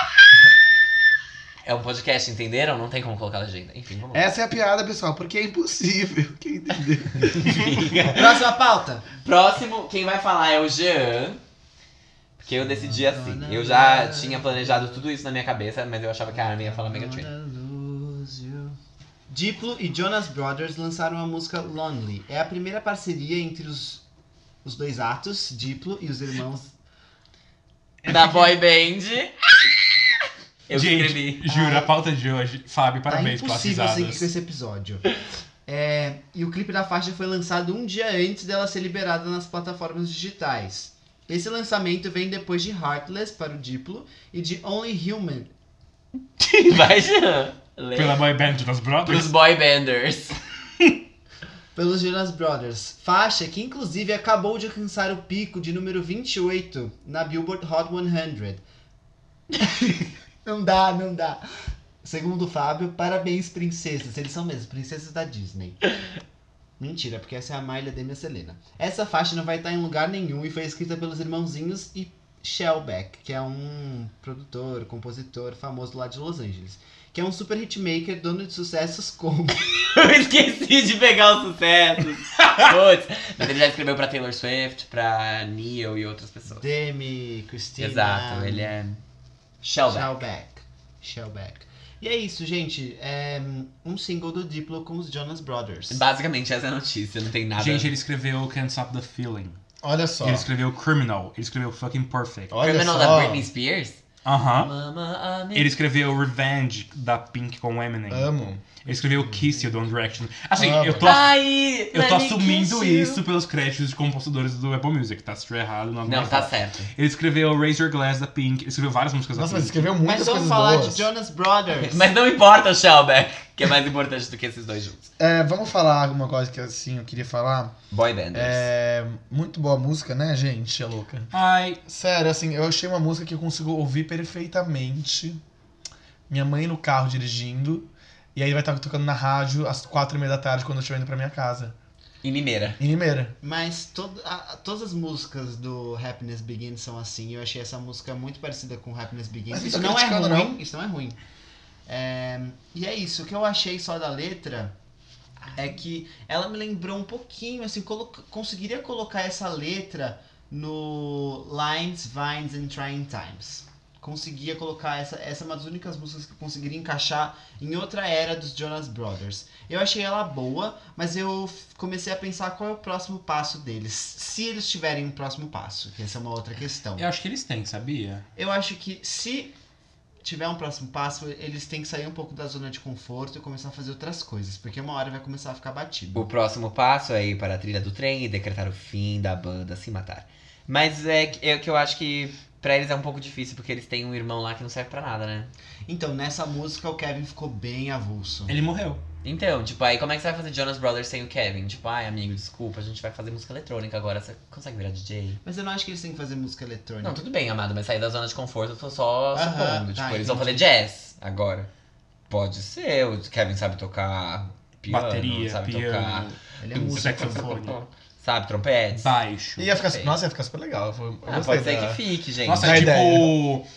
[SPEAKER 5] É um podcast, entenderam? Não tem como colocar legenda. Enfim, vamos lá.
[SPEAKER 4] Essa é a piada, pessoal, porque é impossível. Quem entendeu?
[SPEAKER 3] Próxima pauta.
[SPEAKER 5] Próximo, quem vai falar é o Jean. Porque eu decidi assim. Eu já tinha planejado tudo isso na minha cabeça, mas eu achava que a Armin ia falar Meghan Trainor.
[SPEAKER 3] Diplo e Jonas Brothers lançaram a música Lonely. É a primeira parceria entre os dois atos, Diplo e os irmãos.
[SPEAKER 5] Da boy band. Eu
[SPEAKER 2] Gente,
[SPEAKER 5] escrevi.
[SPEAKER 2] juro, a pauta de hoje, Fábio, parabéns
[SPEAKER 3] Tá
[SPEAKER 2] pelas
[SPEAKER 3] impossível seguir
[SPEAKER 2] risadas.
[SPEAKER 3] com esse episódio. E o clipe da faixa foi lançado um dia antes dela ser liberada nas plataformas digitais. Esse lançamento vem depois de Heartless para o Diplo e de Only Human.
[SPEAKER 5] Vai, Jean. Lê.
[SPEAKER 2] Pela boy band dos
[SPEAKER 5] Pros
[SPEAKER 2] Brothers.
[SPEAKER 5] boy banders.
[SPEAKER 3] pelos Jonas Brothers. Faixa que, inclusive, acabou de alcançar o pico de número 28 na Billboard Hot 100. Não dá. Segundo o Fábio, parabéns, princesas. Eles são mesmo, princesas da Disney. Mentira, porque essa é a Miley, Demi e a Selena. Essa faixa não vai estar em lugar nenhum e foi escrita pelos irmãozinhos e Shellback, que é um produtor, compositor famoso lá de Los Angeles. Que é um super hitmaker, dono de sucessos como...
[SPEAKER 5] Eu esqueci de pegar os sucessos. Putz. Mas ele já escreveu pra Taylor Swift, pra Neil e outras pessoas.
[SPEAKER 3] Demi, Christina...
[SPEAKER 5] Exato, ele é
[SPEAKER 3] Shellback. E é isso, gente. É um single do Diplo com os Jonas Brothers.
[SPEAKER 5] Basicamente essa é a notícia, não tem nada.
[SPEAKER 2] Gente, ele escreveu Can't Stop the Feeling.
[SPEAKER 4] Olha só.
[SPEAKER 2] Ele escreveu Criminal. Ele escreveu Fucking Perfect.
[SPEAKER 4] Olha
[SPEAKER 5] Criminal
[SPEAKER 4] só.
[SPEAKER 5] da Britney Spears?
[SPEAKER 2] Aham.
[SPEAKER 5] Mama,
[SPEAKER 2] Ele escreveu Revenge, da Pink com Eminem.
[SPEAKER 4] Amo.
[SPEAKER 2] Ele escreveu Kiss You, do One Direction. Assim,
[SPEAKER 4] Amo.
[SPEAKER 2] eu tô
[SPEAKER 5] Ai,
[SPEAKER 2] Eu tô
[SPEAKER 5] let me
[SPEAKER 2] assumindo
[SPEAKER 5] kiss you.
[SPEAKER 2] isso pelos créditos de compositores do Apple Music, tá? Se estiver errado,
[SPEAKER 5] Não, tá certo.
[SPEAKER 2] Ele escreveu Raise Your Glass da Pink, ele escreveu várias músicas
[SPEAKER 4] Nossa,
[SPEAKER 2] da
[SPEAKER 4] mas
[SPEAKER 2] Pink.
[SPEAKER 4] escreveu muitas
[SPEAKER 3] Mas vamos
[SPEAKER 4] coisas
[SPEAKER 3] falar
[SPEAKER 4] boas.
[SPEAKER 3] de Jonas Brothers.
[SPEAKER 5] Mas não importa o Shellback, que é mais importante do que esses dois juntos.
[SPEAKER 4] Vamos falar alguma coisa que assim eu queria falar.
[SPEAKER 5] Boy Banders.
[SPEAKER 4] Muito boa música, né, gente? É louca.
[SPEAKER 2] Ai,
[SPEAKER 4] Sério, assim, eu achei uma música que eu consigo ouvir perfeitamente. Minha mãe no carro dirigindo. E aí vai estar tocando na rádio às 4h30 da tarde quando eu estiver indo pra minha casa.
[SPEAKER 5] Em Limeira.
[SPEAKER 4] Em Limeira.
[SPEAKER 3] Mas todas as músicas do Happiness Begins são assim. Eu achei essa música muito parecida com Happiness Begins.
[SPEAKER 4] Mas
[SPEAKER 3] Isso
[SPEAKER 4] não tô
[SPEAKER 3] não é
[SPEAKER 4] criticando,
[SPEAKER 3] ruim.
[SPEAKER 4] não.
[SPEAKER 3] Isso não é ruim. E é isso. O que eu achei só da letra é que ela me lembrou um pouquinho, assim, conseguiria colocar essa letra no Lines, Vines and Trying Times. Conseguia colocar essa é uma das únicas músicas que eu conseguiria encaixar em outra era dos Jonas Brothers. Eu achei ela boa, mas eu comecei a pensar qual é o próximo passo deles. Se eles tiverem um próximo passo, que essa é uma outra questão.
[SPEAKER 2] eu acho que eles têm, sabia?
[SPEAKER 3] Eu acho que se tiver um próximo passo, eles têm que sair um pouco da zona de conforto e começar a fazer outras coisas, porque uma hora vai começar a ficar batido.
[SPEAKER 5] O próximo passo é ir para a trilha do trem e decretar o fim da banda, se matar. Mas é que eu acho que pra eles é um pouco difícil, porque eles têm um irmão lá que não serve pra nada, né?
[SPEAKER 3] Então, nessa música, o Kevin ficou bem avulso.
[SPEAKER 2] Ele morreu.
[SPEAKER 5] Então, tipo, aí como é que você vai fazer Jonas Brothers sem o Kevin? Tipo, ai, amigo, desculpa, a gente vai fazer música eletrônica agora, você consegue virar DJ?
[SPEAKER 3] Mas eu não acho que eles têm que fazer música eletrônica.
[SPEAKER 5] Não, tudo bem, amado, mas sair da zona de conforto eu tô só
[SPEAKER 3] Aham,
[SPEAKER 5] supondo. Tipo,
[SPEAKER 3] tá,
[SPEAKER 5] eles vão
[SPEAKER 3] entendi.
[SPEAKER 5] fazer jazz agora. Pode ser, o Kevin sabe tocar piano,
[SPEAKER 2] Bateria,
[SPEAKER 5] sabe
[SPEAKER 2] piano,
[SPEAKER 5] tocar...
[SPEAKER 3] Ele é músico.
[SPEAKER 2] saxofone,
[SPEAKER 5] Sabe, trompetes.
[SPEAKER 2] baixo.
[SPEAKER 5] Sei.
[SPEAKER 4] Nossa, ia ficar super legal. Eu
[SPEAKER 5] Ah,
[SPEAKER 4] gostei
[SPEAKER 5] pode ser
[SPEAKER 4] da-
[SPEAKER 5] que fique, gente.
[SPEAKER 2] Nossa,
[SPEAKER 4] Dá
[SPEAKER 2] é
[SPEAKER 4] ideia.
[SPEAKER 2] tipo...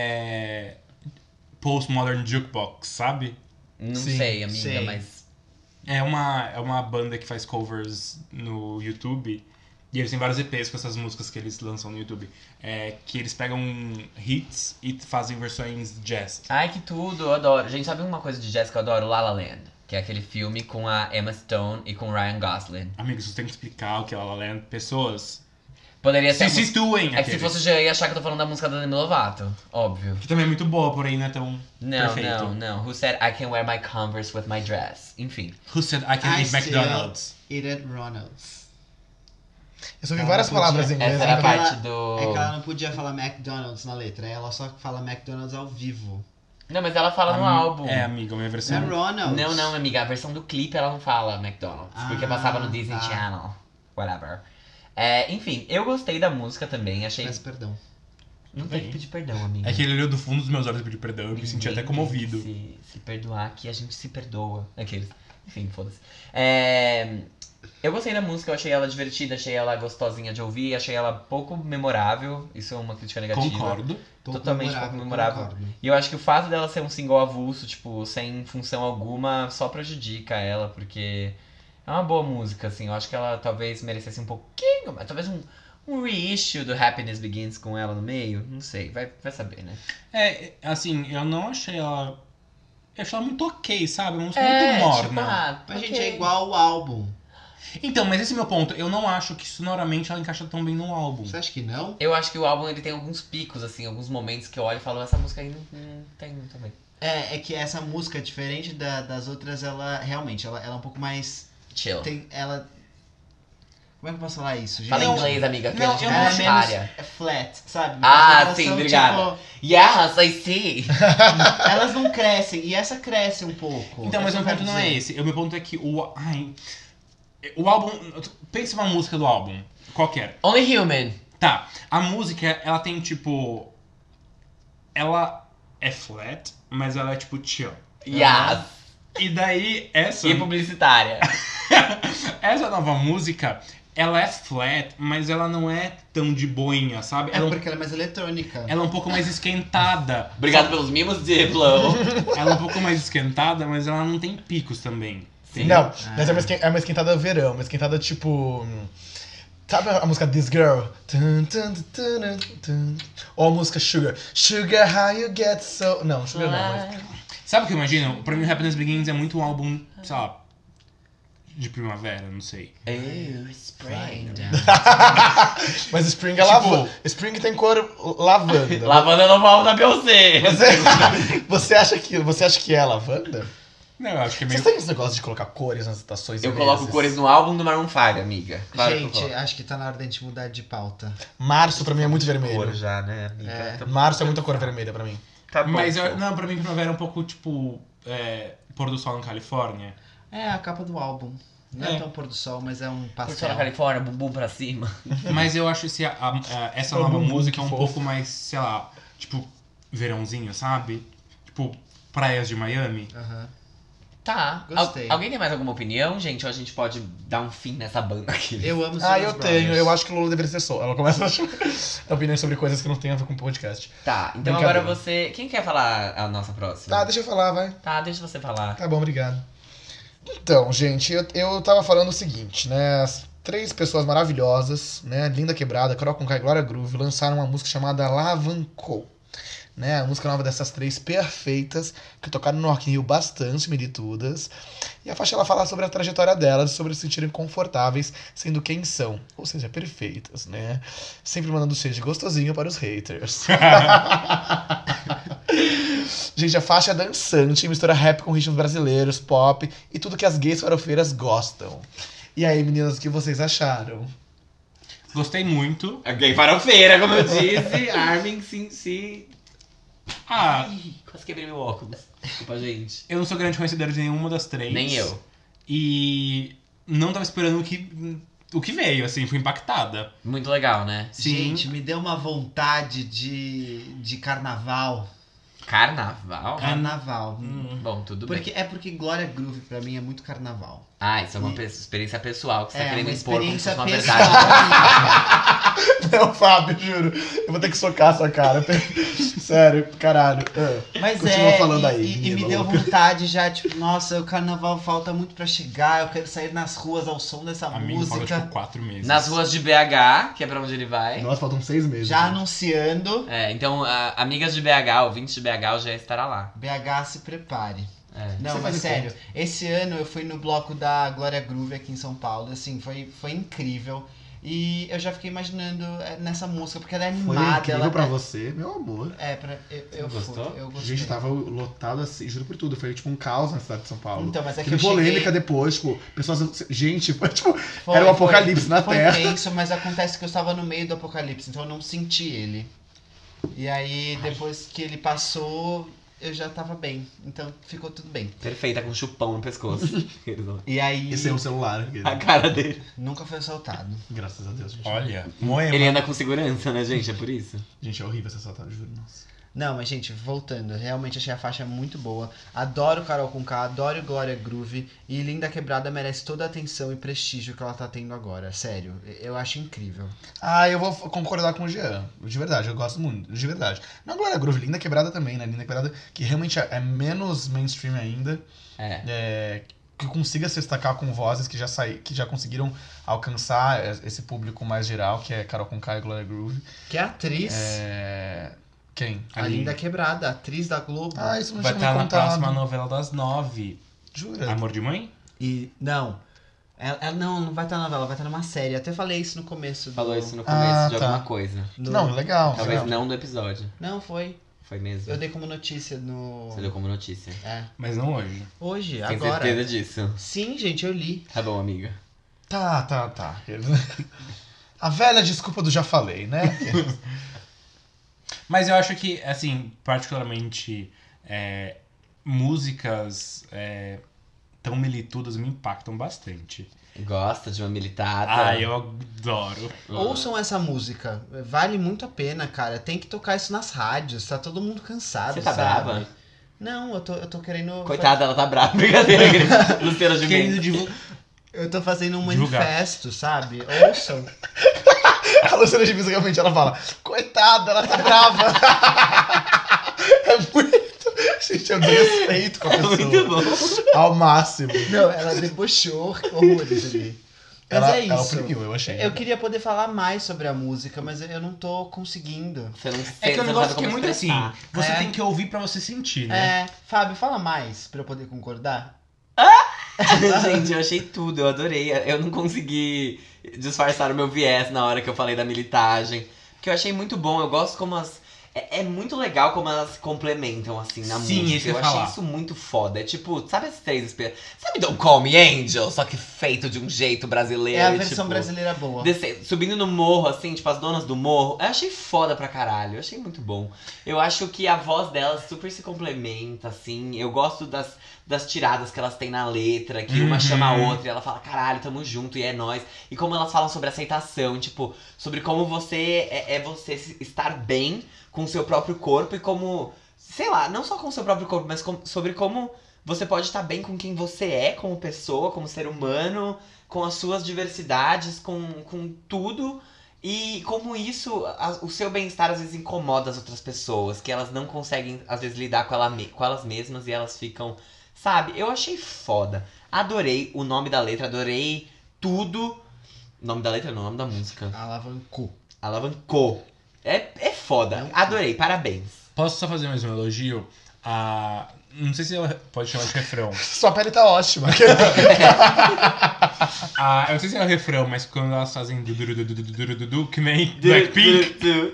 [SPEAKER 2] Postmodern Jukebox, sabe?
[SPEAKER 5] Não
[SPEAKER 4] Sim,
[SPEAKER 5] sei, amiga,
[SPEAKER 3] sei.
[SPEAKER 5] mas...
[SPEAKER 2] É uma banda que faz covers no YouTube. E eles têm vários EPs com essas músicas que eles lançam no YouTube. Que eles pegam hits e fazem versões jazz.
[SPEAKER 5] Ai, que tudo, eu adoro. Gente, sabe uma coisa de jazz que eu adoro? La La Land. Que é aquele filme com a Emma Stone e com o Ryan Gosling.
[SPEAKER 2] Amigos, você tem que explicar o que é La La Land. Pessoas,
[SPEAKER 5] Poderia ser...
[SPEAKER 2] se situem
[SPEAKER 5] É que se
[SPEAKER 2] aqueles.
[SPEAKER 5] fosse já ia achar que eu tô falando da música da Demi Lovato. Óbvio.
[SPEAKER 2] Que também é muito boa, porém não é tão
[SPEAKER 5] Não,
[SPEAKER 2] perfeito.
[SPEAKER 5] não. Who said I can wear my Converse with my dress? Enfim.
[SPEAKER 2] Who said I can
[SPEAKER 3] I
[SPEAKER 2] eat
[SPEAKER 3] still-
[SPEAKER 2] McDonald's?
[SPEAKER 3] Eat at Ronald's.
[SPEAKER 4] Eu só vi
[SPEAKER 3] Ela
[SPEAKER 4] várias
[SPEAKER 3] podia-
[SPEAKER 4] palavras em inglês.
[SPEAKER 5] Essa era a
[SPEAKER 4] né?
[SPEAKER 5] parte
[SPEAKER 3] É
[SPEAKER 5] do...
[SPEAKER 3] que ela não podia falar McDonald's na letra, ela só fala McDonald's ao vivo.
[SPEAKER 5] Não, mas ela fala no álbum.
[SPEAKER 2] É, amiga, a minha
[SPEAKER 3] É
[SPEAKER 2] versão.
[SPEAKER 3] Ronald's.
[SPEAKER 5] Não, amiga, a versão do clipe ela não fala McDonald's, porque
[SPEAKER 3] Ah,
[SPEAKER 5] passava no Disney
[SPEAKER 3] tá.
[SPEAKER 5] Channel. Whatever. Enfim, eu gostei da música também, achei...
[SPEAKER 3] Peço perdão.
[SPEAKER 5] Não tem que pedir perdão, amiga.
[SPEAKER 2] É que ele olhou do fundo dos meus olhos e pediu perdão, eu me senti até
[SPEAKER 5] Ninguém
[SPEAKER 2] comovido.
[SPEAKER 5] tem que Se perdoar, que a gente se perdoa. Aqueles. Enfim, foda-se. Eu gostei da música, eu achei ela divertida, achei ela gostosinha de ouvir, achei ela pouco memorável. Isso é uma crítica negativa.
[SPEAKER 2] Concordo.
[SPEAKER 5] Totalmente pouco memorável. E eu acho que o fato dela ser um single avulso, tipo, sem função alguma, só prejudica ela, porque é uma boa música, assim. Eu acho que ela talvez merecesse um pouquinho, mas talvez um reissue do Happiness Begins com ela no meio. Não sei, vai saber, né?
[SPEAKER 2] Assim, eu não achei ela. Eu achei ela muito ok, sabe? Uma música muito morna.
[SPEAKER 3] Mas, gente, é igual o álbum.
[SPEAKER 2] Então, mas esse é o meu ponto. Eu não acho que sonoramente ela encaixa tão bem no álbum.
[SPEAKER 3] Você acha que não?
[SPEAKER 5] Eu acho que o álbum ele tem alguns picos, assim, alguns momentos que eu olho e falo, essa música aí não tem também.
[SPEAKER 3] É que essa música, diferente das outras, ela realmente, ela é um pouco mais...
[SPEAKER 5] Chill.
[SPEAKER 3] Ela... Como é que eu posso falar isso, gente?
[SPEAKER 5] Fala
[SPEAKER 2] Não,
[SPEAKER 5] inglês, amiga, que
[SPEAKER 2] não,
[SPEAKER 5] a gente
[SPEAKER 2] eu
[SPEAKER 5] é
[SPEAKER 2] não
[SPEAKER 3] Ela é
[SPEAKER 2] acho
[SPEAKER 3] menos
[SPEAKER 5] área.
[SPEAKER 3] flat, sabe?
[SPEAKER 5] Ah,
[SPEAKER 3] Elas
[SPEAKER 5] sim,
[SPEAKER 3] são,
[SPEAKER 5] obrigada.
[SPEAKER 3] tipo,
[SPEAKER 5] Yes, I see!
[SPEAKER 3] elas não crescem, e essa cresce um pouco.
[SPEAKER 2] Então, mas
[SPEAKER 3] Esse
[SPEAKER 2] o
[SPEAKER 3] eu
[SPEAKER 2] meu ponto
[SPEAKER 3] quero
[SPEAKER 2] não é
[SPEAKER 3] dizer.
[SPEAKER 2] esse. O meu ponto é que O álbum... Pensa uma música do álbum. Qualquer.
[SPEAKER 5] Only Human.
[SPEAKER 2] Tá. A música, ela tem, tipo... Ela é flat, mas ela é, tipo, chill.
[SPEAKER 5] Yes.
[SPEAKER 2] E daí, essa...
[SPEAKER 5] E publicitária.
[SPEAKER 2] Essa nova música, ela é flat, mas ela não é tão de boinha, sabe?
[SPEAKER 3] É
[SPEAKER 2] Ela,
[SPEAKER 3] porque ela é mais eletrônica.
[SPEAKER 2] ela é um pouco mais esquentada.
[SPEAKER 5] Obrigado pelos mimos de Flow.
[SPEAKER 2] Ela é um pouco mais esquentada, mas ela não tem picos também.
[SPEAKER 5] Sim.
[SPEAKER 4] Não, mas é uma esquentada verão, uma esquentada tipo. Sabe a música This Girl? Tum, tum, tum, tum, tum. Ou a música Sugar. Sugar, how you get so. Não, Sugar não, mas.
[SPEAKER 2] Sabe o que eu imagino? Pra mim, Happiness Begins é muito um álbum, sei lá, de primavera, não sei.
[SPEAKER 5] Spring.
[SPEAKER 4] Mas Spring é
[SPEAKER 2] Tipo-
[SPEAKER 4] lavanda. Spring tem cor lavanda.
[SPEAKER 5] Lavanda no palmo da Beyoncé.
[SPEAKER 4] Você acha que é lavanda?
[SPEAKER 2] Não, eu acho que é
[SPEAKER 4] Vocês
[SPEAKER 2] meio...
[SPEAKER 4] têm esse negócio de colocar cores nas estações?
[SPEAKER 5] Eu
[SPEAKER 4] e
[SPEAKER 5] coloco
[SPEAKER 4] meses?
[SPEAKER 5] cores no álbum do Maroon 5, amiga. Claro que eu
[SPEAKER 3] Gente,
[SPEAKER 5] coloco.
[SPEAKER 3] acho que tá na hora da gente mudar de pauta.
[SPEAKER 4] Março pra mim é muito
[SPEAKER 5] Cor
[SPEAKER 4] vermelho.
[SPEAKER 5] já, né, amiga?
[SPEAKER 3] É.
[SPEAKER 5] Então,
[SPEAKER 4] Março é muita cor vermelha pra mim.
[SPEAKER 5] tá bom.
[SPEAKER 2] Mas, não, pra mim, primavera é um pouco, tipo, pôr do sol na Califórnia.
[SPEAKER 3] É a capa do álbum. Não é
[SPEAKER 2] É.
[SPEAKER 3] tão pôr do sol, mas é um
[SPEAKER 5] Por
[SPEAKER 3] pastel.
[SPEAKER 5] na Califórnia, bumbum pra cima.
[SPEAKER 2] Mas eu acho essa
[SPEAKER 4] Oh,
[SPEAKER 2] nova
[SPEAKER 4] bumbum,
[SPEAKER 2] música
[SPEAKER 4] que
[SPEAKER 2] um
[SPEAKER 4] fofo.
[SPEAKER 2] pouco mais, sei lá, tipo, verãozinho, sabe? Tipo, praias de Miami.
[SPEAKER 3] Aham.
[SPEAKER 5] Tá.
[SPEAKER 3] Gostei.
[SPEAKER 5] Alguém tem mais alguma opinião, gente? Ou a gente pode dar um fim nessa banda aqui?
[SPEAKER 3] Eu amo os
[SPEAKER 4] Ah,
[SPEAKER 3] Jonas
[SPEAKER 4] eu tenho.
[SPEAKER 3] Brothers.
[SPEAKER 4] Eu acho que o Lula deveria ser só. Ela começa a dar opiniões sobre coisas que não tem a ver com o podcast.
[SPEAKER 5] Tá, então
[SPEAKER 4] Brincadeira.
[SPEAKER 5] agora você... Quem quer falar a nossa próxima?
[SPEAKER 4] Tá, deixa eu falar, vai.
[SPEAKER 5] Tá, deixa você falar.
[SPEAKER 4] Tá bom, obrigado. Então, gente, eu tava falando o seguinte, né? As 3 pessoas maravilhosas, né? Linda Quebrada, Carol Conká e Glória Groove lançaram uma música chamada Lavancou. Né? A música nova dessas 3 perfeitas, que tocaram no Rock in Rio bastante, militudas. E a faixa ela fala sobre a trajetória delas, sobre se sentirem confortáveis sendo quem são. Ou seja, perfeitas, né? Sempre mandando cheiro de gostosinho para os haters. Gente, a faixa é dançante, mistura rap com ritmos brasileiros, pop e tudo que as gays farofeiras gostam. E aí, meninas, o que vocês acharam?
[SPEAKER 2] Gostei muito.
[SPEAKER 5] A gay farofeira, como eu disse. Armin, sim.
[SPEAKER 2] Ah,
[SPEAKER 5] Ai, quase quebrei meu óculos. Desculpa, gente.
[SPEAKER 2] eu não sou grande conhecedor de nenhuma das 3.
[SPEAKER 5] Nem eu.
[SPEAKER 2] E não tava esperando o que veio, assim, fui impactada.
[SPEAKER 5] Muito legal, né?
[SPEAKER 2] Sim.
[SPEAKER 3] Gente, me deu uma vontade de carnaval.
[SPEAKER 5] Carnaval?
[SPEAKER 3] Carnaval.
[SPEAKER 5] Bom, tudo bem.
[SPEAKER 3] Porque Glória Groove pra mim é muito carnaval.
[SPEAKER 5] Ah, isso é uma experiência pessoal que você tá
[SPEAKER 3] É,
[SPEAKER 5] querendo
[SPEAKER 3] uma
[SPEAKER 5] impor como se
[SPEAKER 3] experiência
[SPEAKER 5] fosse uma
[SPEAKER 3] pessoal.
[SPEAKER 5] verdade.
[SPEAKER 4] Não, Fábio, juro. Eu vou ter que socar a sua cara. Sério, caralho.
[SPEAKER 3] Mas
[SPEAKER 4] Continua falando aí,
[SPEAKER 3] e
[SPEAKER 4] menina
[SPEAKER 3] me deu
[SPEAKER 4] louca.
[SPEAKER 3] vontade já, tipo, nossa, o carnaval falta muito pra chegar, eu quero sair nas ruas ao som dessa
[SPEAKER 2] Amigo, falta
[SPEAKER 3] música.
[SPEAKER 2] tipo 4 meses.
[SPEAKER 5] Nas ruas de BH, que é pra onde ele vai.
[SPEAKER 4] Nossa, faltam 6 meses.
[SPEAKER 3] Já
[SPEAKER 4] gente.
[SPEAKER 3] anunciando,
[SPEAKER 5] É, então, amigas de BH, ouvintes de BH, já estará lá.
[SPEAKER 3] BH se prepare.
[SPEAKER 5] É.
[SPEAKER 3] Não,
[SPEAKER 4] Você
[SPEAKER 3] mas
[SPEAKER 4] faz o
[SPEAKER 3] sério, esse ano eu fui no bloco da Glória Groove aqui em São Paulo, assim, foi incrível. E eu já fiquei imaginando nessa música, porque ela é
[SPEAKER 4] Foi
[SPEAKER 3] animada.
[SPEAKER 4] incrível
[SPEAKER 3] ela
[SPEAKER 4] pra você, meu amor.
[SPEAKER 3] eu
[SPEAKER 5] Você gostou?
[SPEAKER 3] fui, eu gostei.
[SPEAKER 4] Gente, tava lotado assim, juro por tudo. Foi tipo um caos na cidade de São Paulo.
[SPEAKER 3] Então, mas é que
[SPEAKER 4] Teve
[SPEAKER 3] eu
[SPEAKER 4] polêmica
[SPEAKER 3] cheguei...
[SPEAKER 4] depois, tipo, pessoas. Gente, foi tipo.
[SPEAKER 3] Foi,
[SPEAKER 4] era um apocalipse na
[SPEAKER 3] foi
[SPEAKER 4] Terra.
[SPEAKER 3] tenso, mas acontece que eu estava no meio do apocalipse, então eu não senti ele. E aí, depois que ele passou, eu já tava bem. Então, ficou tudo bem.
[SPEAKER 5] Perfeita, com um chupão no pescoço.
[SPEAKER 3] E aí,
[SPEAKER 4] Esse é o celular.
[SPEAKER 5] A cara dele.
[SPEAKER 3] nunca foi assaltado.
[SPEAKER 4] Graças a Deus, gente.
[SPEAKER 2] Olha, Moema.
[SPEAKER 5] Ele anda com segurança, né, gente? É por isso.
[SPEAKER 4] Gente, é horrível ser assaltado, juro. Nossa.
[SPEAKER 3] Não, mas gente, voltando, realmente achei a faixa muito boa. Adoro Carol Conká, adoro Glória Groove. E Linda Quebrada merece toda a atenção e prestígio que ela tá tendo agora. Sério, eu acho incrível.
[SPEAKER 4] Ah, eu vou concordar com o Jean. De verdade, eu gosto muito. De verdade. Não, Glória Groove, Linda Quebrada também, né? Linda Quebrada, que realmente é menos mainstream ainda. Que consiga se destacar com vozes que já conseguiram alcançar esse público mais geral, que é Carol Conká e Glória Groove.
[SPEAKER 3] Que é a atriz,
[SPEAKER 4] Quem?
[SPEAKER 3] a Linda Quebrada, a atriz da Globo.
[SPEAKER 4] Ah, isso não
[SPEAKER 2] Vai
[SPEAKER 4] tinha
[SPEAKER 2] estar
[SPEAKER 4] me
[SPEAKER 2] na
[SPEAKER 4] contado.
[SPEAKER 2] próxima novela das 9.
[SPEAKER 4] Jura?
[SPEAKER 2] Amor de Mãe?
[SPEAKER 3] E, não, ela não vai estar na novela, vai estar numa série. Até falei isso no começo.
[SPEAKER 5] Falou isso no começo de
[SPEAKER 4] tá.
[SPEAKER 5] alguma coisa.
[SPEAKER 4] Não, legal.
[SPEAKER 5] Talvez
[SPEAKER 4] legal.
[SPEAKER 5] não do episódio.
[SPEAKER 3] Não, foi.
[SPEAKER 5] Foi mesmo.
[SPEAKER 3] Eu dei como notícia no...
[SPEAKER 5] Você deu como notícia.
[SPEAKER 3] É.
[SPEAKER 2] Mas não hoje.
[SPEAKER 3] Hoje,
[SPEAKER 5] Tem
[SPEAKER 3] agora.
[SPEAKER 5] certeza disso.
[SPEAKER 3] Sim, gente, eu li.
[SPEAKER 5] Tá bom, amiga.
[SPEAKER 4] Tá. A velha desculpa do já falei, né?
[SPEAKER 2] Mas eu acho que, assim, particularmente, músicas tão militudas me impactam bastante.
[SPEAKER 5] Gosta de uma militada?
[SPEAKER 2] Ah, eu adoro.
[SPEAKER 3] Ouçam essa música. Vale muito a pena, cara. Tem que tocar isso nas rádios. Tá todo mundo cansado,
[SPEAKER 5] Você tá
[SPEAKER 3] sabe?
[SPEAKER 5] brava?
[SPEAKER 3] Não, eu tô querendo...
[SPEAKER 5] Coitada, ela tá brava. Brincadeira, Luciana
[SPEAKER 2] Querido
[SPEAKER 5] Gimenez.
[SPEAKER 2] divulgar.
[SPEAKER 3] Eu tô fazendo um
[SPEAKER 2] Divulgar.
[SPEAKER 3] manifesto, sabe? Ouçam.
[SPEAKER 4] A Luciana Gimenez realmente ela fala, coitada, ela tá brava. É muito. Gente, é um desrespeito com a
[SPEAKER 5] É
[SPEAKER 4] pessoa.
[SPEAKER 5] muito bom.
[SPEAKER 4] Ao máximo.
[SPEAKER 3] Não, ela debochou horrores ali. Mas
[SPEAKER 4] Ela,
[SPEAKER 3] é
[SPEAKER 4] ela
[SPEAKER 3] isso.
[SPEAKER 4] oprimiu, eu achei.
[SPEAKER 3] Eu queria poder falar mais sobre a música, mas eu não tô conseguindo.
[SPEAKER 5] Você não
[SPEAKER 2] É que o
[SPEAKER 5] você não
[SPEAKER 2] negócio
[SPEAKER 5] sabe
[SPEAKER 2] que é
[SPEAKER 5] como
[SPEAKER 2] muito assim,
[SPEAKER 5] expressar.
[SPEAKER 2] você
[SPEAKER 3] É.
[SPEAKER 2] tem que ouvir pra você sentir, né?
[SPEAKER 3] Fábio, fala mais pra eu poder concordar.
[SPEAKER 5] Gente, eu achei tudo, eu adorei. Eu não consegui disfarçar o meu viés na hora que eu falei da militagem. Porque eu achei muito bom, eu gosto como as... É muito legal como elas se complementam, assim, na
[SPEAKER 2] Sim,
[SPEAKER 5] música.
[SPEAKER 2] isso que eu
[SPEAKER 5] Eu
[SPEAKER 2] ia
[SPEAKER 5] achei
[SPEAKER 2] falar.
[SPEAKER 5] isso muito foda. É tipo, sabe esses três espelhos? Sabe Don't Call Me Angel? Só que feito de um jeito brasileiro.
[SPEAKER 3] É a
[SPEAKER 5] e,
[SPEAKER 3] versão
[SPEAKER 5] tipo,
[SPEAKER 3] brasileira boa.
[SPEAKER 5] subindo no morro, assim, tipo, as donas do morro. Eu achei foda pra caralho, eu achei muito bom. Eu acho que a voz delas super se complementa, assim. Eu gosto das tiradas que elas têm na letra, que uma
[SPEAKER 2] Uhum.
[SPEAKER 5] chama a outra e ela fala, caralho, tamo junto e é nóis. E como elas falam sobre aceitação, tipo, sobre como você você estar bem com o seu próprio corpo e como, sei lá, não só com o seu próprio corpo, mas sobre como você pode estar bem com quem você é, como pessoa, como ser humano, com as suas diversidades, com tudo. E como isso, o seu bem-estar às vezes incomoda as outras pessoas, que elas não conseguem, às vezes, lidar com elas mesmas e elas ficam... Sabe? Eu achei foda. Adorei o nome da letra, adorei tudo. O nome da letra não, o nome da música.
[SPEAKER 3] Alavancou.
[SPEAKER 5] Alavancou. É foda. Adorei, parabéns.
[SPEAKER 2] Posso só fazer mais um elogio? Não sei se ela pode chamar de refrão.
[SPEAKER 4] Sua pele tá ótima.
[SPEAKER 2] Eu não sei se é o refrão, mas quando elas fazem du, que nem Blackpink,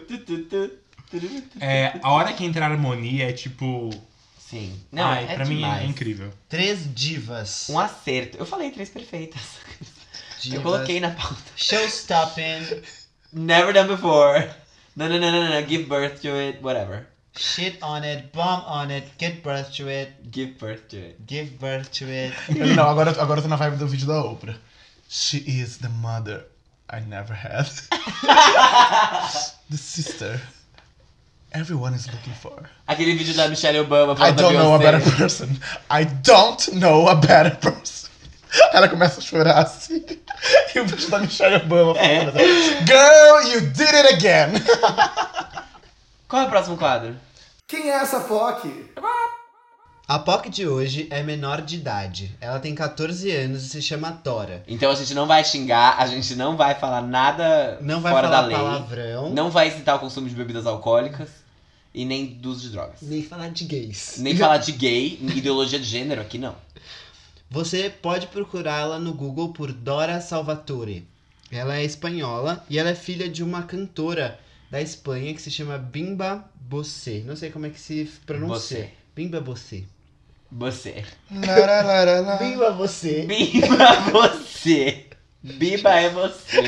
[SPEAKER 2] a hora que entra a harmonia é tipo...
[SPEAKER 5] Sim. Não,
[SPEAKER 2] Ai,
[SPEAKER 5] é
[SPEAKER 2] pra
[SPEAKER 5] demais.
[SPEAKER 2] mim é incrível.
[SPEAKER 3] 3 divas.
[SPEAKER 5] Um acerto. Eu falei três perfeitas.
[SPEAKER 3] Divas.
[SPEAKER 5] Eu coloquei na pauta.
[SPEAKER 3] Showstopping.
[SPEAKER 5] Never done before. No. Give birth to it. Whatever.
[SPEAKER 3] Shit on it. Bomb on it. Get birth to it.
[SPEAKER 5] Give birth to it.
[SPEAKER 3] Give birth to it.
[SPEAKER 4] Não, agora eu tô na vibe do vídeo da Oprah. She is the mother I never had. The sister everyone is looking for.
[SPEAKER 5] Aquele vídeo da Michelle Obama
[SPEAKER 4] I
[SPEAKER 5] falando da
[SPEAKER 4] don't know a
[SPEAKER 5] Beyoncé.
[SPEAKER 4] better person. I don't know a better person. Ela começa a chorar assim. E o vídeo da Michelle Obama falando assim, Girl, you did it again.
[SPEAKER 5] Qual é o próximo quadro?
[SPEAKER 4] Quem é essa POC?
[SPEAKER 3] A POC de hoje é menor de idade. Ela tem 14 anos e se chama Tora.
[SPEAKER 5] Então a gente não vai xingar, a gente não vai falar nada
[SPEAKER 3] Não vai
[SPEAKER 5] fora
[SPEAKER 3] falar
[SPEAKER 5] da lei.
[SPEAKER 3] palavrão.
[SPEAKER 5] Não vai incitar o consumo de bebidas alcoólicas e nem do uso de drogas.
[SPEAKER 3] Nem falar de gays.
[SPEAKER 5] Nem falar de gay, ideologia de gênero aqui não.
[SPEAKER 3] Você pode procurá-la no Google por Dora Salvatore. Ela é espanhola e ela é filha de uma cantora da Espanha que se chama Bimba Bosé. Não sei como é que se pronuncia.
[SPEAKER 5] Bosé.
[SPEAKER 3] Bimba Bosé.
[SPEAKER 5] Você.
[SPEAKER 3] Bimba Bosé.
[SPEAKER 5] Biba você. Biba é você.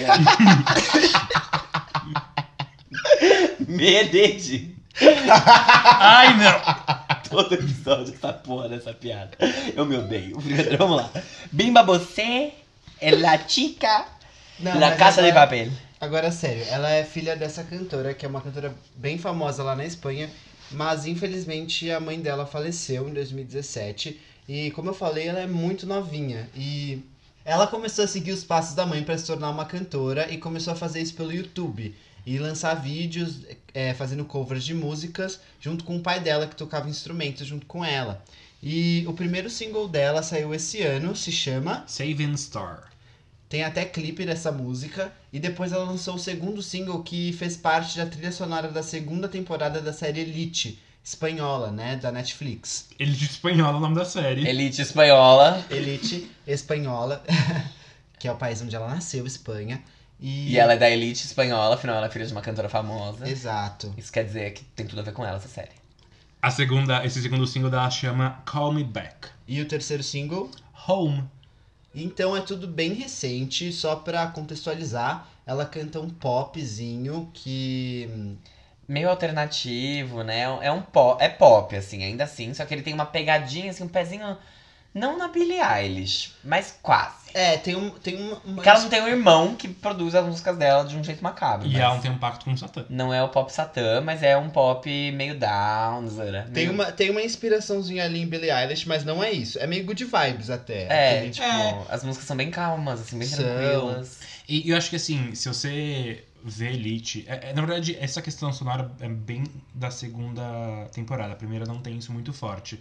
[SPEAKER 5] Medede.
[SPEAKER 2] Ai, não!
[SPEAKER 5] Todo episódio essa porra dessa piada. Eu me odeio. Vamos lá. Bimba você é la chica
[SPEAKER 3] Não,
[SPEAKER 5] la
[SPEAKER 3] mas
[SPEAKER 5] casa de
[SPEAKER 3] agora-
[SPEAKER 5] papel.
[SPEAKER 3] Agora, sério, ela é filha dessa cantora, que é uma cantora bem famosa lá na Espanha, mas infelizmente a mãe dela faleceu em 2017. E como eu falei, ela é muito novinha. E ela começou a seguir os passos da mãe para se tornar uma cantora e começou a fazer isso pelo YouTube. E lançar vídeos fazendo covers de músicas junto com o pai dela, que tocava instrumentos junto com ela. E o primeiro single dela saiu esse ano, se chama...
[SPEAKER 2] Saving Star.
[SPEAKER 3] Tem até clipe dessa música. E depois ela lançou o segundo single que fez parte da trilha sonora da segunda temporada da série Elite, espanhola, né? Da Netflix.
[SPEAKER 2] Ele de espanhol é o nome da série.
[SPEAKER 5] Elite espanhola.
[SPEAKER 3] Elite espanhola, que é o país onde ela nasceu, Espanha.
[SPEAKER 5] E ela é da elite espanhola, afinal ela é filha de uma cantora famosa.
[SPEAKER 3] Exato.
[SPEAKER 5] Isso quer dizer que tem tudo a ver com ela, essa série.
[SPEAKER 2] Esse segundo single dela chama Call Me Back.
[SPEAKER 3] E o terceiro single?
[SPEAKER 2] Home.
[SPEAKER 3] Então é tudo bem recente, só pra contextualizar. Ela canta um popzinho que...
[SPEAKER 5] Meio alternativo, né? É um pop, é pop, assim, ainda assim. Só que ele tem uma pegadinha, assim, um pezinho Não na Billie Eilish, mas quase.
[SPEAKER 3] Tem uma...
[SPEAKER 5] Porque ela não tem um irmão que produz as músicas dela de um jeito macabro.
[SPEAKER 2] E
[SPEAKER 5] mas
[SPEAKER 2] ela não tem um pacto com o Satã.
[SPEAKER 5] não é o pop Satã, mas é um pop meio down, zera.
[SPEAKER 7] Tem uma inspiraçãozinha ali em Billie Eilish, mas não é isso. É meio good vibes até.
[SPEAKER 5] É,
[SPEAKER 7] Aquele, tipo,
[SPEAKER 5] as músicas são bem calmas, assim, bem
[SPEAKER 7] São.
[SPEAKER 5] tranquilas.
[SPEAKER 2] E eu acho que assim, se você vê Elite... na verdade, essa questão sonora é bem da segunda temporada. A primeira não tem isso muito forte.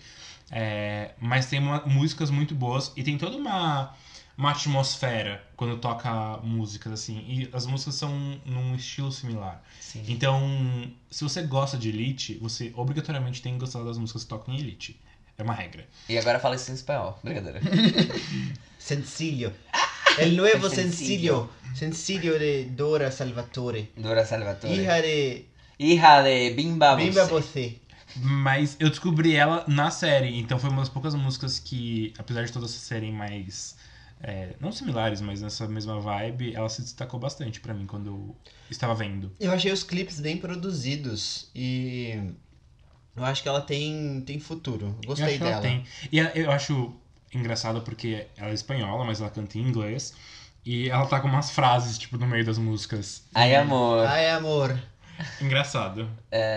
[SPEAKER 2] Mas tem músicas muito boas e tem toda uma atmosfera quando toca músicas, assim. E as músicas são num estilo similar.
[SPEAKER 5] Sim.
[SPEAKER 2] Então, se você gosta de Elite, você obrigatoriamente tem que gostar das músicas que tocam em Elite. É uma regra.
[SPEAKER 5] E agora fala isso em espanhol. Brincadeira.
[SPEAKER 3] Sencillo. El nuevo
[SPEAKER 5] Sencillo.
[SPEAKER 3] Sencillo de Dora Salvatore.
[SPEAKER 5] Dora Salvatore.
[SPEAKER 3] Hija de
[SPEAKER 5] de Bimba
[SPEAKER 3] Bimba
[SPEAKER 5] Você.
[SPEAKER 3] Você.
[SPEAKER 2] Mas eu descobri ela na série, então foi uma das poucas músicas que, apesar de todas serem mais... não similares, mas nessa mesma vibe, ela se destacou bastante pra mim quando eu estava vendo.
[SPEAKER 3] Eu achei os clipes bem produzidos e eu acho que ela tem futuro.
[SPEAKER 2] Eu
[SPEAKER 3] Gostei
[SPEAKER 2] acho que ela
[SPEAKER 3] dela.
[SPEAKER 2] tem. E eu acho engraçado porque ela é espanhola, mas ela canta em inglês. E ela tá com umas frases, tipo, no meio das músicas.
[SPEAKER 5] Ai, amor.
[SPEAKER 3] Ai, amor,
[SPEAKER 2] Engraçado.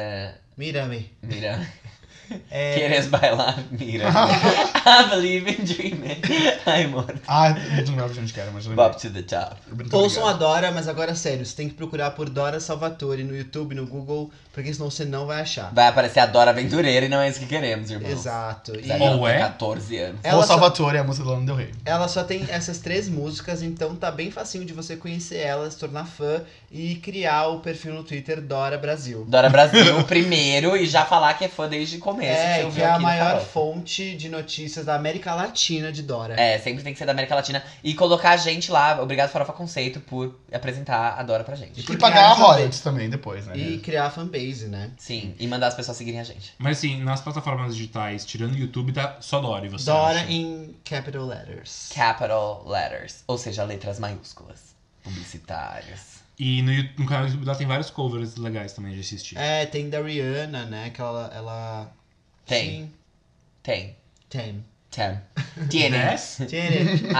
[SPEAKER 3] mírame.
[SPEAKER 5] Mira.
[SPEAKER 3] É,
[SPEAKER 5] Queres bailar? Mira. I believe in dreaming. Ai, amor.
[SPEAKER 4] Não lembro de onde que era, mas eu lembrei.
[SPEAKER 5] Bob to the top.
[SPEAKER 4] Muito
[SPEAKER 3] ouçam a
[SPEAKER 4] obrigado.
[SPEAKER 3] Dora, mas agora sério, você tem que procurar por Dora Salvatore no YouTube, no Google, porque senão você não vai achar.
[SPEAKER 5] Vai aparecer a Dora Aventureira e não é isso que queremos, irmãos.
[SPEAKER 3] Exato. E
[SPEAKER 5] Sabe, ela
[SPEAKER 2] Ou
[SPEAKER 5] tem
[SPEAKER 2] é?
[SPEAKER 5] 14 anos.
[SPEAKER 3] ela
[SPEAKER 4] Ou
[SPEAKER 3] só-
[SPEAKER 4] Salvatore, a música do Lana Del Rey.
[SPEAKER 3] ela só tem essas 3 músicas, então tá bem facinho de você conhecer ela, se tornar fã e criar o perfil no Twitter Dora Brasil.
[SPEAKER 5] Dora Brasil, o primeiro, e já falar que é fã desde o começo. você
[SPEAKER 3] Que
[SPEAKER 5] ouviu
[SPEAKER 3] é a
[SPEAKER 5] aqui no
[SPEAKER 3] maior
[SPEAKER 5] Farofa.
[SPEAKER 3] fonte de notícias da América Latina de Dora.
[SPEAKER 5] Sempre tem que ser da América Latina. E colocar a gente lá. Obrigado, Farofa Conceito, por apresentar a Dora pra gente.
[SPEAKER 3] Por
[SPEAKER 4] E pagar a
[SPEAKER 3] criar essa
[SPEAKER 4] royalties também depois, né?
[SPEAKER 3] E criar a fanbase, né?
[SPEAKER 5] Sim, e mandar as pessoas seguirem a gente.
[SPEAKER 2] Mas assim, nas plataformas digitais, tirando o YouTube, tá só Dora, e você
[SPEAKER 3] Dora
[SPEAKER 2] acha?
[SPEAKER 3] em capital letters.
[SPEAKER 5] Capital letters. Ou seja, letras maiúsculas. Publicitárias.
[SPEAKER 2] E no canal do YouTube dela tem vários covers legais também de assistir.
[SPEAKER 3] Tem da Rihanna, né? Que ela...
[SPEAKER 5] Tem.
[SPEAKER 3] Sim,
[SPEAKER 5] Tem.
[SPEAKER 3] tem.
[SPEAKER 5] Tiene.
[SPEAKER 2] Yes?
[SPEAKER 3] Tiene.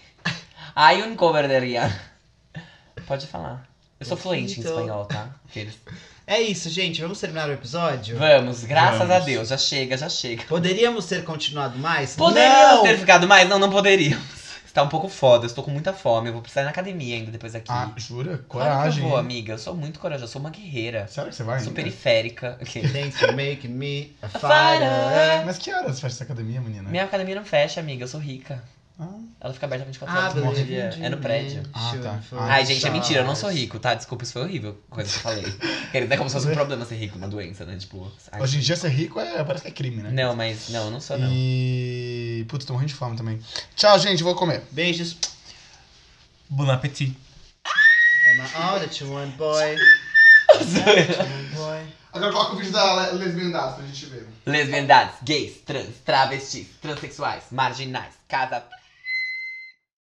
[SPEAKER 5] Ai, um cover de Rihanna. Pode falar. Eu sou fluente em
[SPEAKER 3] Então.
[SPEAKER 5] espanhol, tá? Aqueles-
[SPEAKER 3] É isso, gente. Vamos terminar o episódio?
[SPEAKER 5] Vamos, graças
[SPEAKER 2] Vamos.
[SPEAKER 5] a Deus. Já chega.
[SPEAKER 3] Poderíamos ter continuado mais?
[SPEAKER 5] Poderíamos
[SPEAKER 3] Não!
[SPEAKER 5] ter ficado mais? Não poderíamos. Está um pouco foda, eu estou com muita fome. Eu vou precisar ir na academia ainda depois aqui.
[SPEAKER 4] Jura?
[SPEAKER 5] Claro que
[SPEAKER 4] Coragem.
[SPEAKER 5] eu vou,
[SPEAKER 4] hein?
[SPEAKER 5] amiga. Eu sou muito corajosa, eu sou uma guerreira.
[SPEAKER 4] Sério que você vai
[SPEAKER 5] Sou
[SPEAKER 4] ainda?
[SPEAKER 5] periférica. Ok.
[SPEAKER 3] Thanks for making me a
[SPEAKER 5] fighter.
[SPEAKER 3] fighter.
[SPEAKER 4] Mas que horas fecha essa academia, menina?
[SPEAKER 5] Minha academia não fecha, amiga. Eu sou rica.
[SPEAKER 4] Ah.
[SPEAKER 5] Ela fica aberta 24
[SPEAKER 3] Ah,
[SPEAKER 5] horas por
[SPEAKER 3] believe
[SPEAKER 5] dia.
[SPEAKER 3] in
[SPEAKER 5] É no prédio.
[SPEAKER 4] Ah, tá.
[SPEAKER 5] Ai, gente, é mentira. Eu não sou rico, tá? Desculpa, isso foi horrível. Coisa que eu falei. Querida, é como se fosse um problema ser rico, uma doença, né? Tipo... ai,
[SPEAKER 4] Hoje em dia ser rico parece que é crime, né?
[SPEAKER 5] Não, mas... Não, eu não sou, não.
[SPEAKER 4] E... Putz, tô morrendo de fome também. Tchau, gente. Vou comer.
[SPEAKER 3] Beijos.
[SPEAKER 2] Bon appétit.
[SPEAKER 3] Am I all that you want, boy? That you want, boy?
[SPEAKER 4] Agora coloca o vídeo da lesbiandade pra gente ver.
[SPEAKER 5] Lesbiandades, gays, trans, travestis, transexuais, marginais, casa...